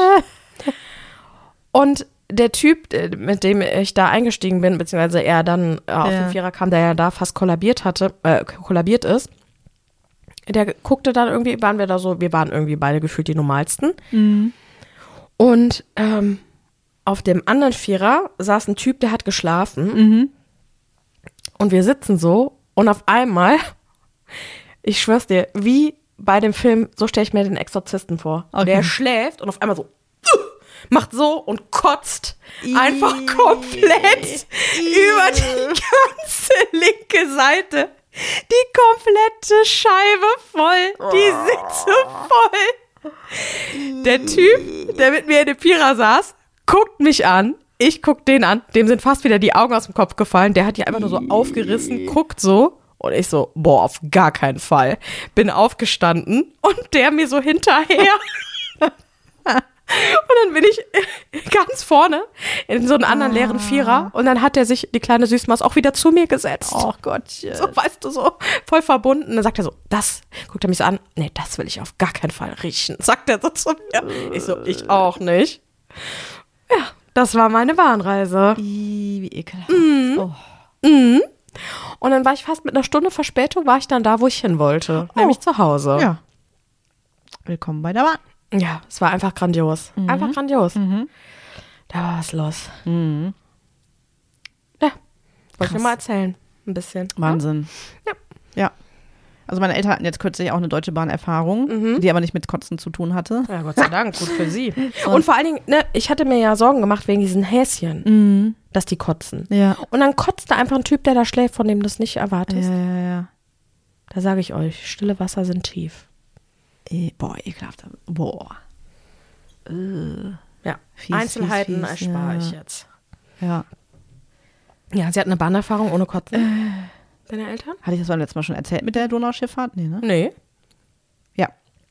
Und der Typ, mit dem ich da eingestiegen bin, beziehungsweise er dann äh, auf ja. den Vierer kam, der ja da fast kollabiert hatte, äh, kollabiert ist, der guckte dann irgendwie, waren wir da so, wir waren irgendwie beide gefühlt die Normalsten. Mhm. Und ähm, auf dem anderen Vierer saß ein Typ, der hat geschlafen. Mhm. Und wir sitzen so und auf einmal, ich schwör's dir, wie bei dem Film, so stelle ich mir den Exorzisten vor. Okay. Der schläft und auf einmal so macht so und kotzt I- einfach komplett I- über die ganze linke Seite. Die komplette Scheibe voll, die Sitze voll. Der Typ, der mit mir in dem Vierer saß, guckt mich an. Ich guck den an. Dem sind fast wieder die Augen aus dem Kopf gefallen. Der hat die einfach nur so aufgerissen, guckt so. Und ich so, boah, auf gar keinen Fall. Bin aufgestanden und der mir so hinterher. Und dann bin ich ganz vorne in so einen anderen ah. leeren Vierer und dann hat er sich, die kleine Süßmaus, auch wieder zu mir gesetzt. Oh Gottchen. So, weißt du, so voll verbunden. Dann sagt er so, das, guckt er mich so an, nee, das will ich auf gar keinen Fall riechen, sagt er so zu mir. Ich so, ich auch nicht. Ja, das war meine Bahnreise. I, wie ekelhaft. Mhm. Oh. Mhm. Und dann war ich fast mit einer Stunde Verspätung, war ich dann da, wo ich hin wollte, oh. nämlich zu Hause. Ja. Willkommen bei der Bahn. Ja, es war einfach grandios. Mhm. Einfach grandios. Mhm. Da war was los. Mhm. Ja, wollte ich dir mal erzählen. Ein bisschen. Wahnsinn. Ja. Ja. Also meine Eltern hatten jetzt kürzlich auch eine Deutsche Bahn-Erfahrung, mhm. die aber nicht mit Kotzen zu tun hatte. Ja, Gott sei Dank, gut für sie. Und vor allen Dingen, ne, ich hatte mir ja Sorgen gemacht wegen diesen Häschen, mhm. dass die kotzen. Ja. Und dann kotzte einfach ein Typ, der da schläft, von dem du das nicht erwartest. Ja, ja, ja. Da sage ich euch, stille Wasser sind tief. E- boah, ekelhaft. Boah. Äh. Ja, fies, Einzelheiten fies, fies, erspare ja. ich jetzt. Ja. Ja, sie hat eine Bahnerfahrung ohne Kotzen. Äh. Deine Eltern? Hatte ich das beim letzten Mal schon erzählt mit der Donauschifffahrt? Nee, ne? Nee. Ja.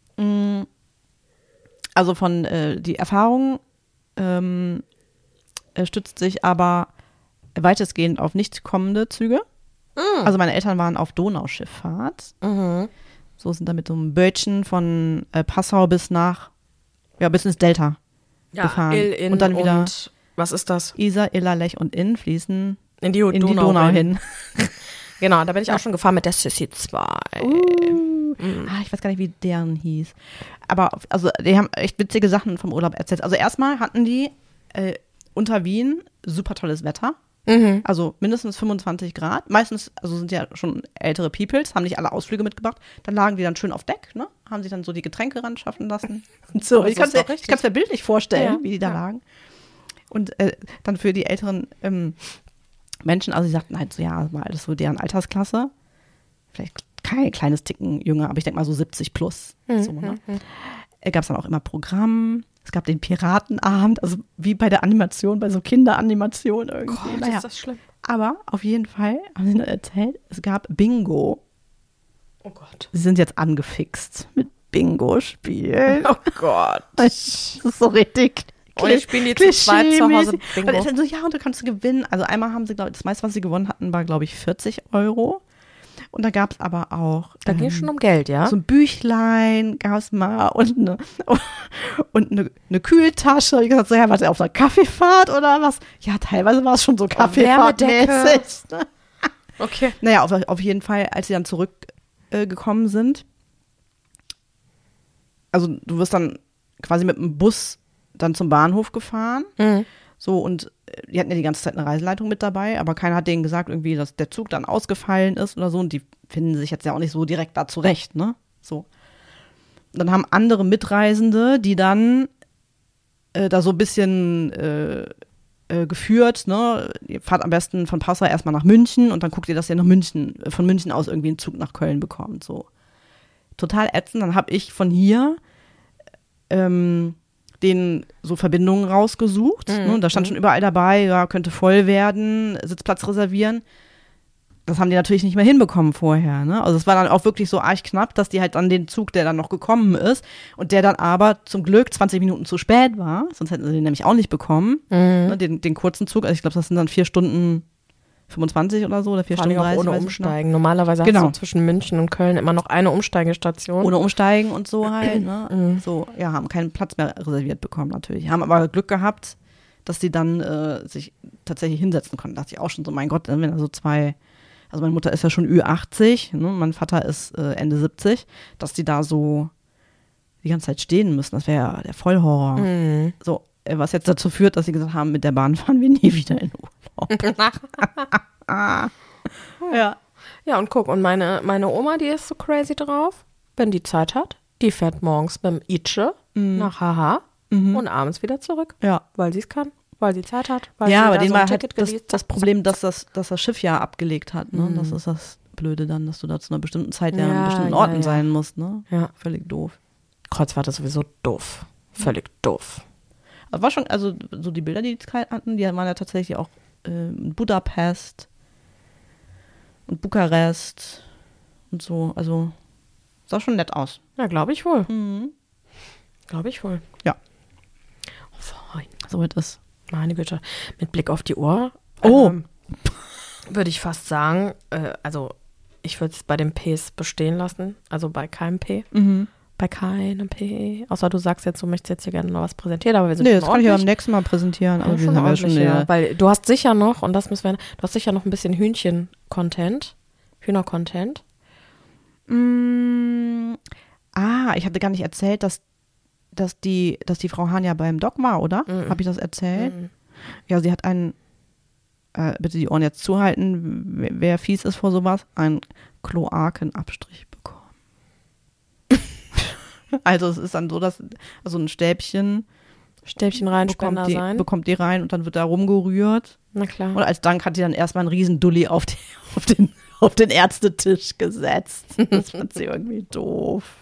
Also von äh, die Erfahrung ähm, stützt sich aber weitestgehend auf nicht kommende Züge. Mhm. Also meine Eltern waren auf Donauschifffahrt. Mhm. So sind da mit so einem Bötchen von äh, Passau bis nach, ja, bis ins Delta ja, gefahren. Il, In und dann wieder und was ist das? Isar, Iller, Lech und Inn fließen in die, in Donau, die Donau hin. hin. Genau, da bin ich auch schon gefahren mit der Sissy zwei. Uh, mhm. ah, ich weiß gar nicht, wie deren hieß. Aber also die haben echt witzige Sachen vom Urlaub erzählt. Also erstmal hatten die äh, unter Wien super tolles Wetter. Mhm. Also mindestens fünfundzwanzig Grad. Meistens, also sind ja schon ältere Peoples, haben nicht alle Ausflüge mitgebracht. Dann lagen die dann schön auf Deck, ne? Haben sich dann so die Getränke ran schaffen lassen. Und so, ich kann es mir, mir bildlich vorstellen, ja, wie die da ja. lagen. Und äh, dann für die älteren ähm, Menschen, also sie sagten halt so, ja, mal das ist so deren Altersklasse. Vielleicht kein kleines Ticken jünger, aber ich denke mal so siebzig plus. Mhm. So, ne? äh, Gab es dann auch immer Programm. Es gab den Piratenabend, also wie bei der Animation, bei so Kinderanimation irgendwie. Gott, naja. ist das schlimm. Aber auf jeden Fall, haben sie nur erzählt, es gab Bingo. Oh Gott. Sie sind jetzt angefixt mit Bingo-Spielen. Oh Gott. Das ist so richtig. Und ich spiele die zu zweit zu Hause Bingo. Und dann so, ja, und du kannst gewinnen. Also einmal haben sie, glaube ich, das meiste, was sie gewonnen hatten, war, glaube ich, vierzig Euro. Und da gab es aber auch Da ähm, ging es schon um Geld, ja? So ein Büchlein gab es mal und eine, und eine, eine Kühltasche. Ich gesagt, so, ja, warte, auf einer Kaffeefahrt oder was? Ja, teilweise war es schon so Kaffeefahrtmäßig. Ne? Okay. Naja, auf, auf jeden Fall, als sie dann zurückgekommen äh, sind, also du wirst dann quasi mit dem Bus dann zum Bahnhof gefahren. Mhm. So, und die hatten ja die ganze Zeit eine Reiseleitung mit dabei, aber keiner hat denen gesagt, irgendwie, dass der Zug dann ausgefallen ist oder so. Und die finden sich jetzt ja auch nicht so direkt da zurecht, ne? So. Und dann haben andere Mitreisende, die dann äh, da so ein bisschen äh, äh, geführt, ne? Ihr fahrt am besten von Passau erstmal nach München und dann guckt ihr, dass ihr nach München, von München aus irgendwie einen Zug nach Köln bekommt, so. Total ätzend. Dann habe ich von hier ähm, den so Verbindungen rausgesucht. Mhm. Ne? Da stand schon überall dabei, ja, könnte voll werden, Sitzplatz reservieren. das haben die natürlich nicht mehr hinbekommen vorher, ne? Also es war dann auch wirklich so arg knapp, dass die halt dann den Zug, der dann noch gekommen ist und der dann aber zum Glück zwanzig Minuten zu spät war, sonst hätten sie den nämlich auch nicht bekommen, Mhm. ne? den, den kurzen Zug, also ich glaube, das sind dann vier Stunden fünfundzwanzig oder so, oder vier Vor allem Stunden auch dreißig. ohne weiß ich nicht. Umsteigen. Normalerweise Genau. hast du zwischen München und Köln immer noch eine Umsteigestation. Ohne Umsteigen und so halt, ne? Mhm. So, ja, haben keinen Platz mehr reserviert bekommen natürlich. Haben aber Glück gehabt, dass die dann äh, sich tatsächlich hinsetzen konnten. Da dachte ich auch schon so, mein Gott, wenn da so zwei, also meine Mutter ist ja schon Ü achtzig, ne? Mein Vater ist äh, Ende siebzig, dass die da so die ganze Zeit stehen müssen, das wäre ja der Vollhorror. Mhm. So, äh, was jetzt dazu führt, dass sie gesagt haben, mit der Bahn fahren wir nie wieder in Urlaub. ah. Ja. Ja, und guck, und meine, meine Oma, die ist so crazy drauf, wenn die Zeit hat, die fährt morgens beim Itsche Mhm. nach Haha Mhm. und abends wieder zurück, Ja. weil sie es kann, weil sie Zeit hat. Weil Ja, sie aber da denen so ein war halt Ticket das, geleast das hat. Problem, dass das, dass das Schiff ja abgelegt hat. Ne? Mhm. Das ist das Blöde dann, dass du da zu einer bestimmten Zeit ja, Ja, an bestimmten ja, Orten ja. sein musst. Ne? Ja, Völlig doof. Kreuzfahrt ist sowieso doof. Völlig doof. Aber war schon, also so die Bilder, die die hatten, die waren ja tatsächlich auch äh, in Budapest und Bukarest und so. Also sah schon nett aus. Ja, glaube ich wohl. Mhm. Glaube ich wohl. Ja. Oh, fein. So wird es. Meine Güte. Mit Blick auf die Uhr. Oh. Ähm, würde ich fast sagen, äh, also ich würde es bei den Ps bestehen lassen. Also bei keinem P. Mhm. Bei keinem P. Außer du sagst jetzt, du möchtest jetzt hier gerne noch was präsentieren, aber wir sind Nee, schon das kann ich ja am ordentlich. nächsten Mal präsentieren. Ja, Also wir schon haben ja ordentlich, schon ja. eine, Weil du hast sicher noch, und das müssen wir, du hast sicher noch ein bisschen Hühnchen-Content. Hühner-Content. Mm, ah, ich hatte gar nicht erzählt, dass, dass, die, dass die Frau Hahn ja beim Doc war, oder? Mhm. Habe ich das erzählt? Mhm. Ja, sie hat einen, äh, bitte die Ohren jetzt zuhalten, wer, wer fies ist vor sowas, einen Kloakenabstrich bekommen. Also es ist dann so, dass also ein Stäbchen Stäbchen rein, bekommt Spender die, sein. bekommt die rein und dann wird da rumgerührt. Na klar. Und als Dank hat die dann erstmal einen riesen Dulli auf, die, auf, den, auf den Ärztetisch gesetzt. Das fand sie irgendwie doof.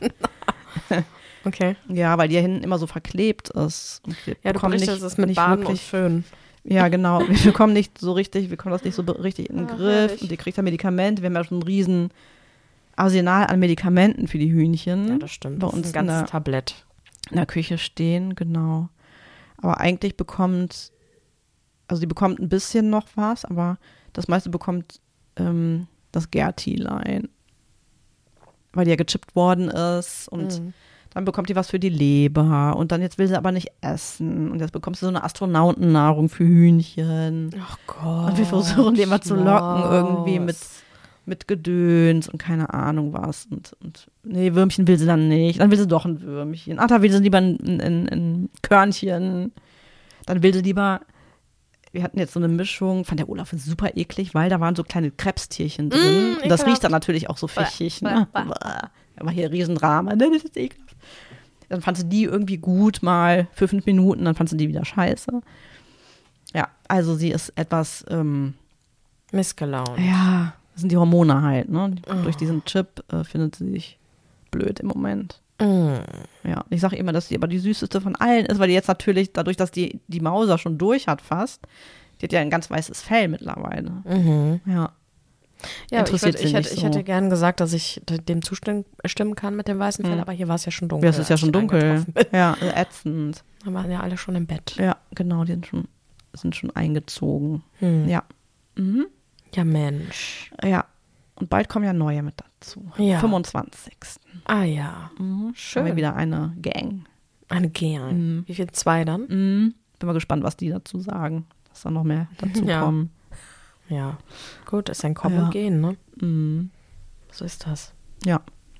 Okay. Ja, weil die ja hinten immer so verklebt ist. Und wir Ja, du bekommen berichtest es mit nicht Baden und wirklich, Föhn. Ja, genau. Wir bekommen nicht so richtig, wir bekommen das nicht so be- richtig in den Ah, Griff. herrlich. Und die kriegt dann Medikamente. Wir haben ja schon ein riesen Arsenal an Medikamenten für die Hühnchen. Ja, das stimmt. Bei Das uns ist ein in ganzes der, Tablett. in der Küche stehen, genau. Aber eigentlich bekommt, also die bekommt ein bisschen noch was, aber das meiste bekommt ähm, das Gertilein. Weil die ja gechippt worden ist und Mhm. dann bekommt die was für die Leber und dann jetzt will sie aber nicht essen und jetzt bekommst du so eine Astronautennahrung für Hühnchen. Ach Gott. Und wir versuchen die immer zu locken Schmaus. irgendwie mit, mit Gedöns und keine Ahnung was. Und, und nee, Würmchen will sie dann nicht. Dann will sie doch ein Würmchen. Ach, da will sie lieber ein, ein, ein Körnchen. Dann will sie lieber, wir hatten jetzt so eine Mischung, fand der Olaf super eklig, weil da waren so kleine Krebstierchen drin. Mm, und das ekelhaft. riecht dann natürlich auch so fischig. Ne? Da war hier ein Riesendrama. Ne? Das ist ekelhaft. Dann fand sie die irgendwie gut mal für fünf Minuten, dann fand sie die wieder scheiße. Ja, also sie ist etwas, ähm, Missgelaunt. ja, das sind die Hormone halt, ne? Oh. Durch diesen Chip äh, findet sie sich blöd im Moment. Mm. Ja, ich sage immer, dass sie aber die süßeste von allen ist, weil die jetzt natürlich, dadurch, dass die die Mauser schon durch hat fast, die hat ja ein ganz weißes Fell mittlerweile. Mhm. Ja. Ja, Interessiert ich, würd, sie ich, hätte, nicht ich so. hätte gern gesagt, dass ich dem zustimmen stimmen kann mit dem weißen Fell, Mhm. aber hier war es ja schon dunkel. Ja, es ist ja als schon ich dunkel. eingetroffen bin. Ja, also ätzend. Da waren ja alle schon im Bett. Ja, genau, die sind schon, sind schon eingezogen. Hm. Ja. Mhm. Ja, Mensch. Ja. Und bald kommen ja neue mit dazu. Ja. fünfundzwanzigsten Ah ja, Mhm. Schön. Haben wir wieder eine Gang. eine Gang. Mhm. Wie viel? Zwei dann? Mhm. Bin mal gespannt, was die dazu sagen. Dass da noch mehr dazu Ja. kommen. Ja. Gut, ist ein Kommen Ja. und Gehen, ne? Mhm. So ist das. Ja.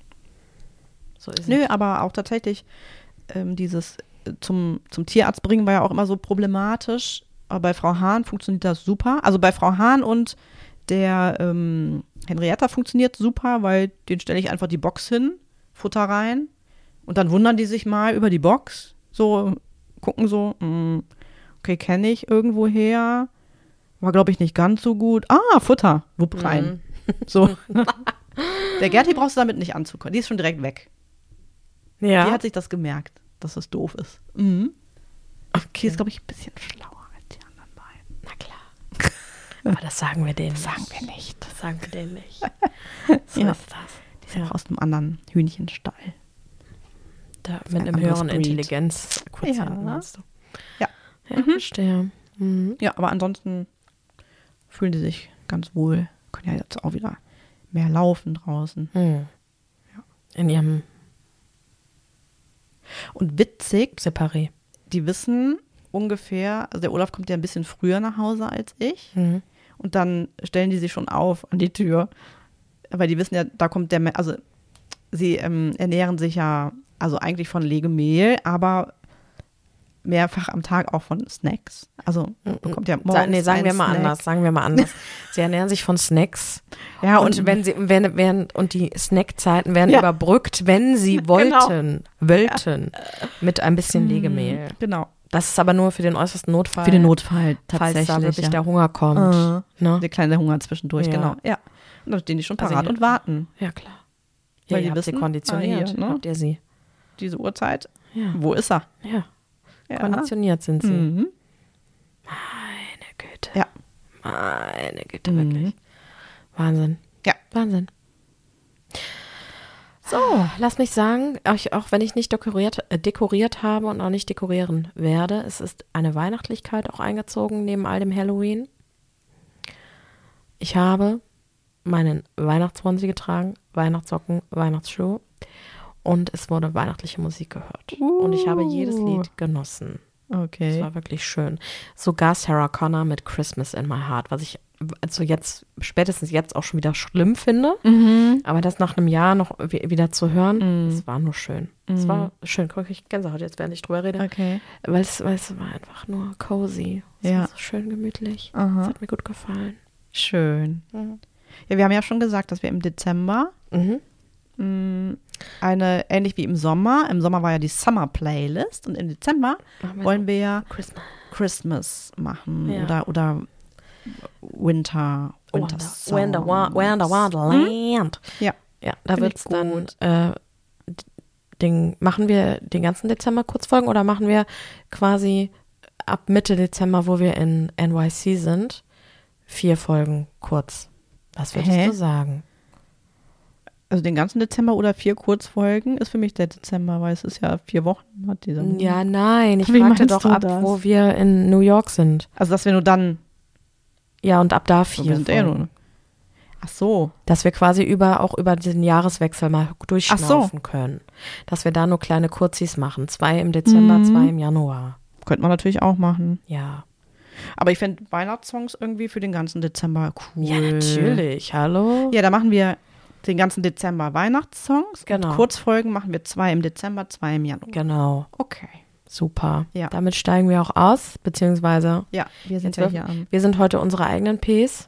So ist Nö, es. aber auch tatsächlich ähm, dieses äh, zum, zum Tierarzt bringen war ja auch immer so problematisch. Aber bei Frau Hahn funktioniert das super. Also bei Frau Hahn und der ähm, Henrietta funktioniert super, weil den stelle ich einfach die Box hin, Futter rein und dann wundern die sich mal über die Box. So, gucken so, mh, okay, kenne ich irgendwoher. War, glaube ich, nicht ganz so gut. Ah, Futter, wupp rein. Mhm. So. Der Gerti brauchst du damit nicht anzukommen. Die ist schon direkt weg. Ja. Die hat sich das gemerkt, dass das doof ist. Mhm. Die okay. ist, glaube ich, ein bisschen schlauer als die anderen beiden. Na klar. Aber das sagen wir denen Das sagen nicht. wir nicht. Das sagen wir denen nicht. So Ja. ist das. Die ist ja auch aus einem anderen Hühnchenstall. Da, ist mit ein einem anderes höheren Breed. Intelligenzquotienten, Ja. meinst du? Ja. Ja, Mhm. verstehe. Mhm. Ja, aber ansonsten fühlen die sich ganz wohl. Können ja jetzt auch wieder mehr laufen draußen. Mhm. In ihrem Und witzig, Separé. die wissen ungefähr, also der Olaf kommt ja ein bisschen früher nach Hause als ich. Mhm. Und dann stellen die sich schon auf an die Tür. Weil die wissen ja, da kommt der, Me- also sie ähm, ernähren sich ja, also eigentlich von Legemehl, aber mehrfach am Tag auch von Snacks. Also bekommt ja morgens Sa nee, sagen einen wir mal Snack. anders, sagen wir mal anders. Sie ernähren sich von Snacks. Ja, und, und, wenn sie, wenn, wenn, und die Snackzeiten werden Ja. überbrückt, wenn sie Genau. wollten, wollten, mit ein bisschen Legemehl. genau. Das ist aber nur für den äußersten Notfall. Für den Notfall tatsächlich. Falls da wirklich ja. der Hunger kommt. Äh, Ne? Der kleine Hunger zwischendurch, Ja. genau. Ja. Und dann stehen die schon Also parat ihr- und warten. Ja, klar. Ja, Weil ihr die habt wissen, sie konditioniert. ah, hier, ne? Habt ihr sie. Diese Uhrzeit. Ja, Wo ist er? ja. Ja. Konditioniert sind sie. Mhm. Meine Güte. Ja. Meine Güte, Mhm. wirklich. Wahnsinn. Ja. Wahnsinn. So, lass mich sagen, auch, auch wenn ich nicht dekoriert, äh, dekoriert habe und auch nicht dekorieren werde, es ist eine Weihnachtlichkeit auch eingezogen neben all dem Halloween. Ich habe meinen Weihnachtsonesie getragen, Weihnachtssocken, Weihnachtsschuhe und es wurde weihnachtliche Musik gehört. Und ich habe jedes Lied genossen. Es Okay. war wirklich schön. Sogar Sarah Connor mit Christmas in My Heart, was ich also jetzt, spätestens jetzt auch schon wieder schlimm finde. Mhm. Aber das nach einem Jahr noch wi- wieder zu hören, Mhm. es war nur schön. Es Mhm. war schön. Guck, ich Gänsehaut jetzt, während ich drüber rede. Okay. Weil es, weil es war einfach nur cozy. Es Ja. war so schön gemütlich. Es Aha. hat mir gut gefallen. Schön. Ja, wir haben ja schon gesagt, dass wir im Dezember Mhm. mh, eine, ähnlich wie im Sommer, im Sommer war ja die Summer Playlist und im Dezember Machen wir wollen wir ja Christmas. Christmas machen Ja. oder, oder Winter, Winter Wonder, Songs. Wonder, Wonder, Wonderland. Ja. Ja, da Find wird ich es dann, gut. äh, d- den, machen wir den ganzen Dezember Kurzfolgen oder machen wir quasi ab Mitte Dezember, wo wir in N Y C sind, vier Folgen kurz? Was würdest Hä? du sagen? Also den ganzen Dezember oder vier Kurzfolgen ist für mich der Dezember, weil es ist ja vier Wochen hat dieser Monat. Ja, nein, ich Wie fragte meinst doch du ab, das? wo wir in New York sind. Also dass wir nur dann, Ja, und ab da so, wir vier sind eh Folgen. nur, ach so, Dass wir quasi über auch über diesen Jahreswechsel mal durchschnaufen können. Dass wir da nur kleine Kurzis machen. Zwei im Dezember, Mhm. zwei im Januar. könnte man natürlich auch machen. Ja. Aber ich finde Weihnachtssongs irgendwie für den ganzen Dezember cool. Ja, natürlich. Hallo? Ja, da machen wir den ganzen Dezember Weihnachtssongs. Genau. Und Kurzfolgen machen wir zwei im Dezember, zwei im Januar. Genau. Okay. Super. Ja. Damit steigen wir auch aus, beziehungsweise Ja, wir sind Jetzt ja wirf- hier am. wir sind heute unsere eigenen Ps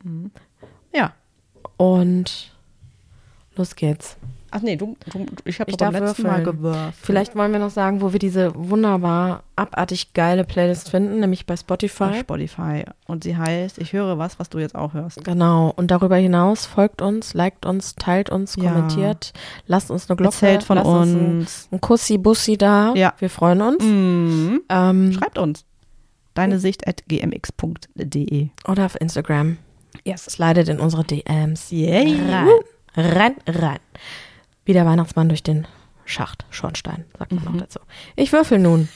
Ja. und los geht's. Ach nee, du, du ich habe Ich beim darf letzten Mal würfeln. gewürfelt. Vielleicht wollen wir noch sagen, wo wir diese wunderbar abartig geile Playlist finden, nämlich bei Auf Spotify. Spotify. Und sie heißt, ich höre was, was du jetzt auch hörst. Genau. Und darüber hinaus folgt uns, liked uns, teilt uns, Ja. kommentiert, lasst uns eine Glocke, Erzählt von lasst uns ein, uns. ein Kussi-Bussi da. Ja. Wir freuen uns. Mhm. Ähm, Schreibt uns. Deine Sicht at g m x punkt d e. oder auf Instagram. Yes. Slidet in unsere D Ms. Yay. Rein, rein, rein. Wie der Weihnachtsmann durch den Schacht, Schornstein, sagt man Mhm. auch dazu. Ich würfel nun.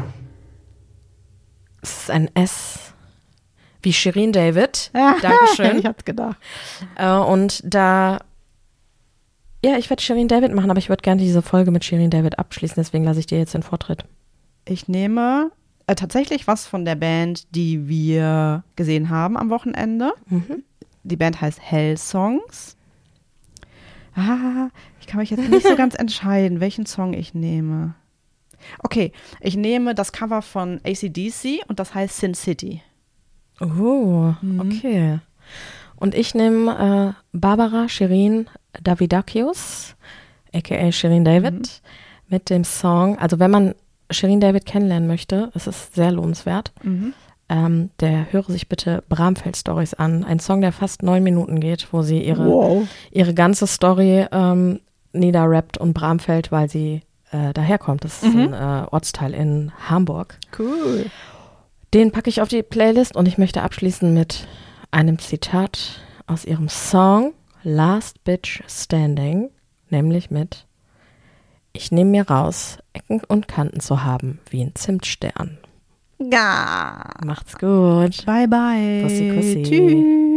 Es ist ein S. Wie Shirin David. Dankeschön. Ich hab's gedacht. Äh, und da, ja, ich werde Shirin David machen, aber ich würde gerne diese Folge mit Shirin David abschließen, deswegen lasse ich dir jetzt den Vortritt. Ich nehme äh, tatsächlich was von der Band, die wir gesehen haben am Wochenende. Mhm. Die Band heißt Hell Songs. Ah, ich kann mich jetzt nicht so ganz entscheiden, welchen Song ich nehme. Okay, ich nehme das Cover von A C D C und das heißt Sin City. Oh, Mhm. okay. Und ich nehme äh, Barbara Shirin Davidakius, aka Shirin David, Mhm. mit dem Song, also wenn man Shirin David kennenlernen möchte, es ist sehr lohnenswert, Mhm. ähm, der höre sich bitte Bramfeld Stories an. Ein Song, der fast neun Minuten geht, wo sie ihre, Wow. ihre ganze Story ähm, niederrappt und Bramfeld, weil sie äh, daherkommt. Das ist Mhm. ein äh, Ortsteil in Hamburg. Cool. Den packe ich auf die Playlist und ich möchte abschließen mit einem Zitat aus ihrem Song Last Bitch Standing, nämlich mit: Ich nehme mir raus, Ecken und Kanten zu haben, wie ein Zimtstern. Ja. Macht's gut. Bye, bye. Kussi, kussi. Tschüss.